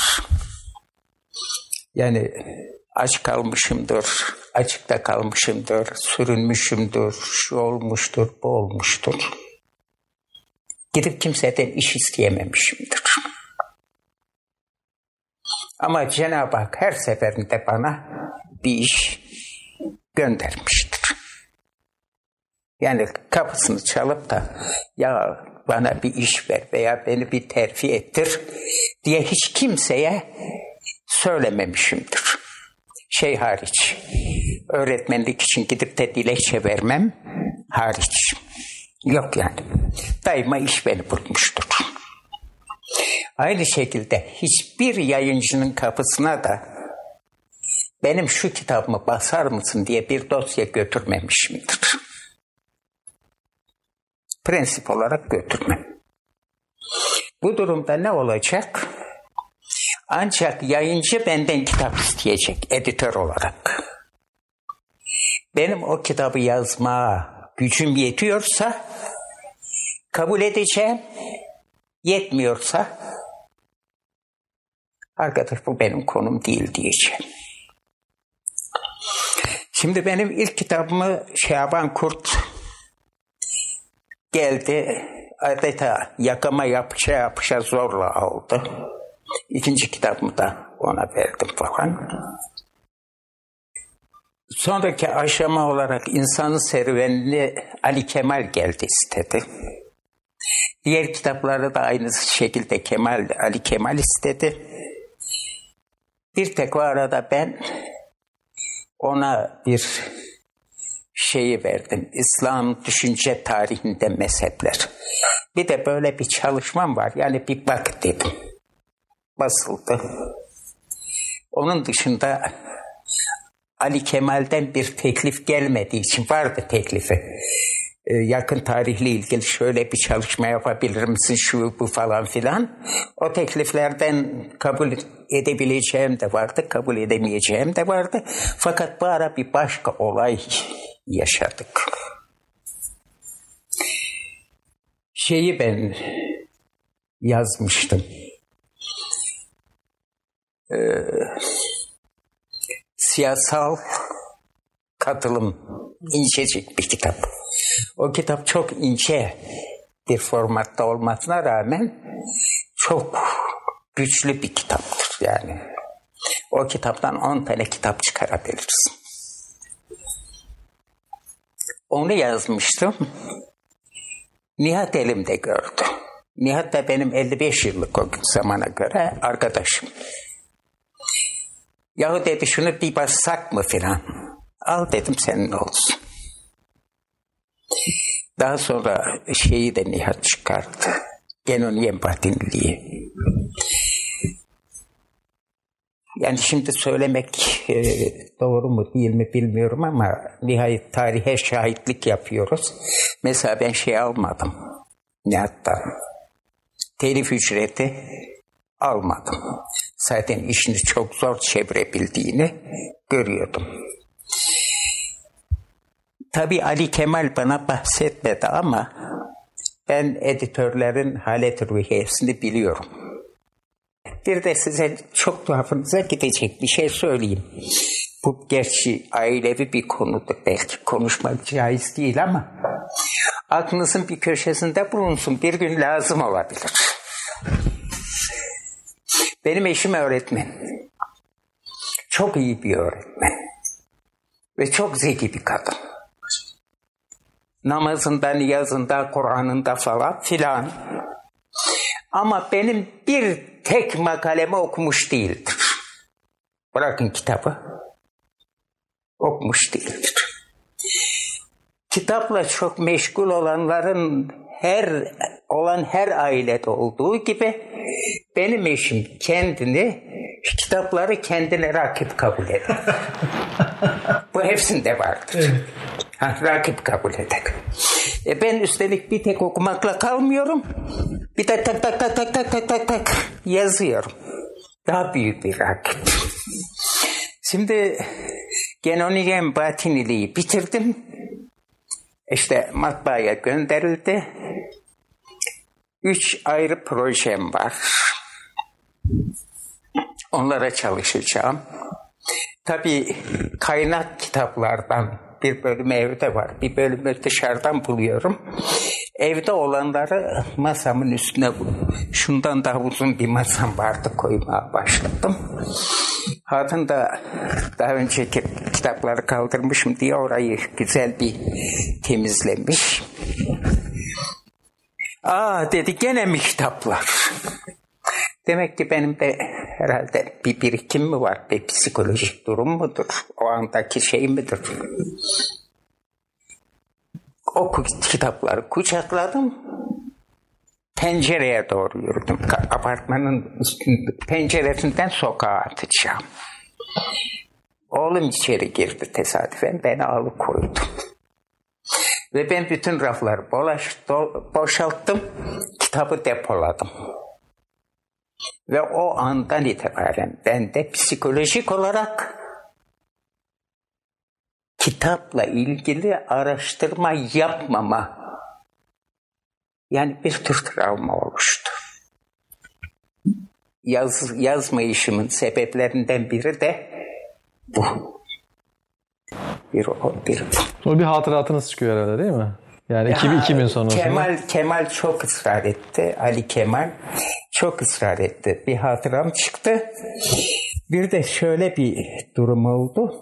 Yani aç kalmışımdır, açıkta kalmışımdır, sürünmüşümdür, şu olmuştur, bu olmuştur. Gidip kimseden iş isteyememişimdir. Ama Cenab-ı Hak her seferinde bana bir iş göndermiştir. Yani kapısını çalıp da ya bana bir iş ver veya beni bir terfi ettir diye hiç kimseye söylememişimdir. Hariç, öğretmenlik için gidip de dilekçe vermem hariç. Yok yani. Daima iş beni bulmuştur. Aynı şekilde hiçbir yayıncının kapısına da benim şu kitabımı basar mısın diye bir dosya götürmemişimdir. Prensip olarak götürmem. Bu durumda ne olacak? Ancak yayıncı benden kitap isteyecek editör olarak. Benim o kitabı yazmaya gücüm yetiyorsa kabul edeceğim. Yetmiyorsa arkadaş bu benim konum değil diyeceğim. Şimdi benim ilk kitabımı Şaban Kurt geldi. Adeta yakama yapışa zorla aldı. İkinci kitabımı da ona verdim falan. Sonraki aşama olarak insanın serüvenini Ali Kemal geldi istedi. Diğer kitapları da aynı şekilde Ali Kemal istedi. Bir tek o arada ben ona bir şeyi verdim. İslam düşünce tarihinde mezhepler. Bir de böyle bir çalışmam var. Yani bir bak dedim. Basıldı. Onun dışında Ali Kemal'den bir teklif gelmediği için vardı teklifi. Yakın tarihle ilgili şöyle bir çalışma yapabilir misin şu bu falan filan. O tekliflerden kabul edebileceğim de vardı, kabul edemeyeceğim de vardı. Fakat bu ara bir başka olay yaşadık. Ben yazmıştım. Siyasal katılım, incecik bir kitap. O kitap çok ince bir formatta olmasına rağmen çok güçlü bir kitaptır yani. O kitaptan 10 tane kitap çıkarabiliriz. Onu yazmıştım. Nihat elimde gördü. Nihat da benim 55 yıllık o zamana göre arkadaşım. Yahu dedi şunu bir bassak mı filan. Al dedim senin olsun. Daha sonra şeyi de Nihat çıkarttı. Genonyen Batinliği. Yani şimdi söylemek doğru mu değil mi bilmiyorum ama nihayet tarihe şahitlik yapıyoruz. Mesela ben şey almadım Nihat'tan. Telif ücreti almadım. Zaten işini çok zor çevirebildiğini görüyordum. Tabii Ali Kemal bana bahsetmedi ama ben editörlerin halet ruhiyesini biliyorum. Bir de size çok tuhafınıza gidecek bir şey söyleyeyim. Bu gerçi ailevi bir konudur, belki konuşmak caiz değil ama aklınızın bir köşesinde bulunsun, bir gün lazım olabilir. Benim eşim öğretmen. Çok iyi bir öğretmen. Ve çok zeki bir kadın. Namazında, niyazında, Kur'an'ında falan filan. Ama benim bir tek makalemi okumuş değildir. Bırakın kitabı. Okumuş değildir. Kitapla çok meşgul olanların her ailede olduğu gibi benim eşim kitapları kendine rakip kabul eder. Bu hepsinde vardır. Rakip kabul eder. Ben üstelik bir tek okumakla kalmıyorum. Bir de tak yazıyorum. Daha büyük bir rakip. Şimdi Genonyen Batiniliği bitirdim. İşte matbaaya gönderildi. 3 ayrı projem var. Onlara çalışacağım. Tabii kaynak kitaplardan bir bölümü evde var. Bir bölümü dışarıdan buluyorum. Evde olanları masamın üstüne şundan daha uzun bir masam vardı, koymaya başladım. Hatun da daha önceki kitapları kaldırmışım diye orayı güzel bir temizlemiş. Dedi gene mi kitaplar? Demek ki benim de herhalde bir birikim mi var? Bir psikolojik durum mudur? O andaki şey midir? O kitapları kucakladım. Pencereye doğru yürüdüm. Apartmanın penceresinden sokağa atacağım. Oğlum içeri girdi tesadüfen. Beni alıkoydu. Ve ben bütün rafları boşalttım. Kitabı depoladım. Ve o andan itibaren ben de psikolojik olarak kitapla ilgili araştırma yapmama, yani bir tür travma oluştu. Yazmayışımın sebeplerinden biri de bu. Bir Sonra bir hatıratınız çıkıyor herhalde değil mi? Yani 2000 sonrasında. Kemal çok ısrar etti. Ali Kemal çok ısrar etti. Bir hatıram çıktı. Bir de şöyle bir durum oldu.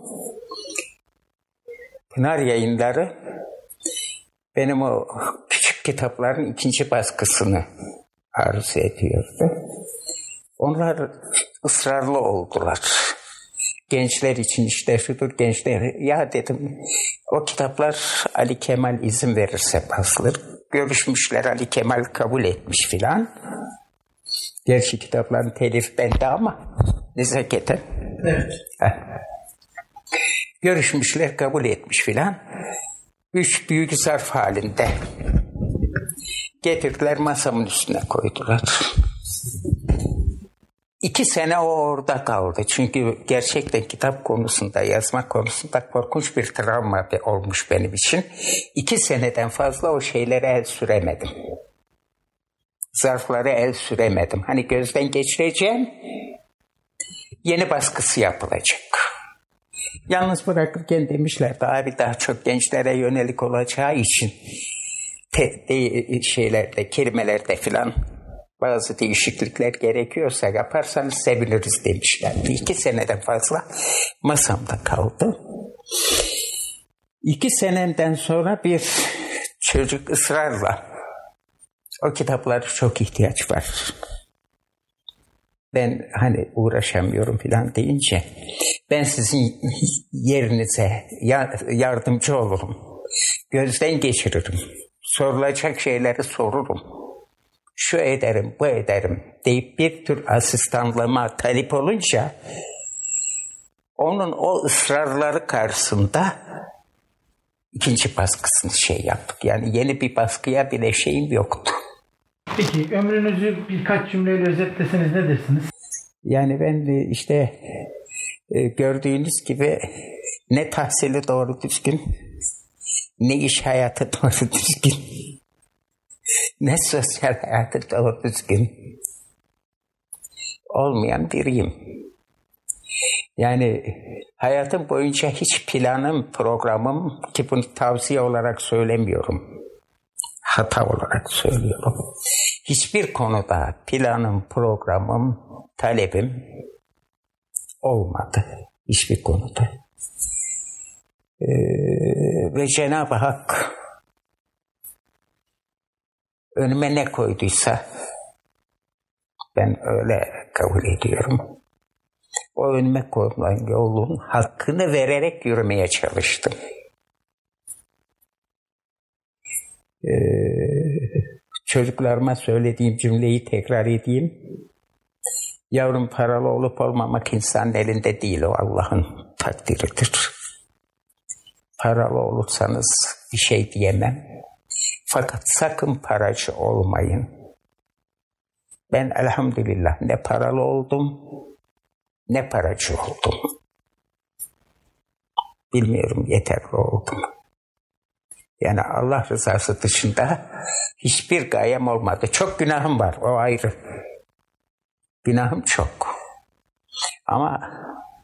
Pınar Yayınları benim o küçük kitapların 2. baskısını arzu ediyordu. Onlar ısrarlı oldular. Gençler için işte şudur, gençler. Ya dedim, o kitaplar Ali Kemal izin verirse basılır. Görüşmüşler, Ali Kemal kabul etmiş filan. Gerçi kitapların telif bende ama nezaketen. Evet. Görüşmüşler, kabul etmiş filan. 3 büyük zarf halinde getirdiler, masamın üstüne koydular. 2 sene o orada kaldı. Çünkü gerçekten kitap konusunda, yazma konusunda korkunç bir travma olmuş benim için. 2 seneden fazla o şeylere el süremedim. Zarflara el süremedim. Hani gözden geçireceğim, yeni baskısı yapılacak. Yalnız bırakırken demişlerdi abi daha çok gençlere yönelik olacağı için şeylerde, kelimelerde filan bazı değişiklikler gerekiyorsa yaparsanız seviniriz demişlerdi. 2 seneden fazla masamda kaldı. 2 seneden sonra bir çocuk ısrarla o kitaplara çok ihtiyaç var. Ben hani uğraşamıyorum filan deyince ben sizin yerinize yardımcı olurum. Gözden geçiririm. Sorulacak şeyleri sorurum. Şu ederim, bu ederim deyip bir tür asistanlığıma talip olunca onun o ısrarları karşısında 2. baskısını yaptık. Yani yeni bir baskıya bile şeyim yoktu. Peki ömrünüzü birkaç cümleyle özetleseniz ne dersiniz? Yani ben de işte gördüğünüz gibi ne tahsili doğru düzgün, ne iş hayatı doğru düzgün, ne sosyal hayatı doğru düzgün olmayan biriyim. Yani hayatım boyunca hiç planım, programım, ki bunu tavsiye olarak söylemiyorum, hata olarak söylüyorum. Hiçbir konuda planım, programım, talebim olmadı. Hiçbir konuda. Ve Cenab-ı Hak önüme ne koyduysa ben öyle kabul ediyorum. O önüme koyulan yolun hakkını vererek yürümeye çalıştım. Çocuklarıma söylediğim cümleyi tekrar edeyim. Yavrum, paralı olup olmamak insanın elinde değil, o Allah'ın takdiridir. Paralı olursanız bir şey diyemem. Fakat sakın paracı olmayın. Ben elhamdülillah ne paralı oldum, ne paracı oldum. Bilmiyorum, yeterli oldum. Yani Allah rızası dışında hiçbir gayem olmadı. Çok günahım var, o ayrı. Günahım çok. Ama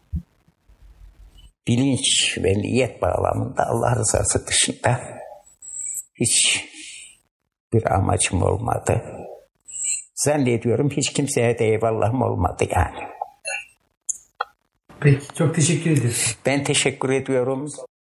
bilinç ve niyet bağlamında Allah rızası dışında hiç bir amacım olmadı. Zannediyorum hiç kimseye de eyvallahım olmadı yani. Peki, çok teşekkür ederim. Ben teşekkür ediyorum.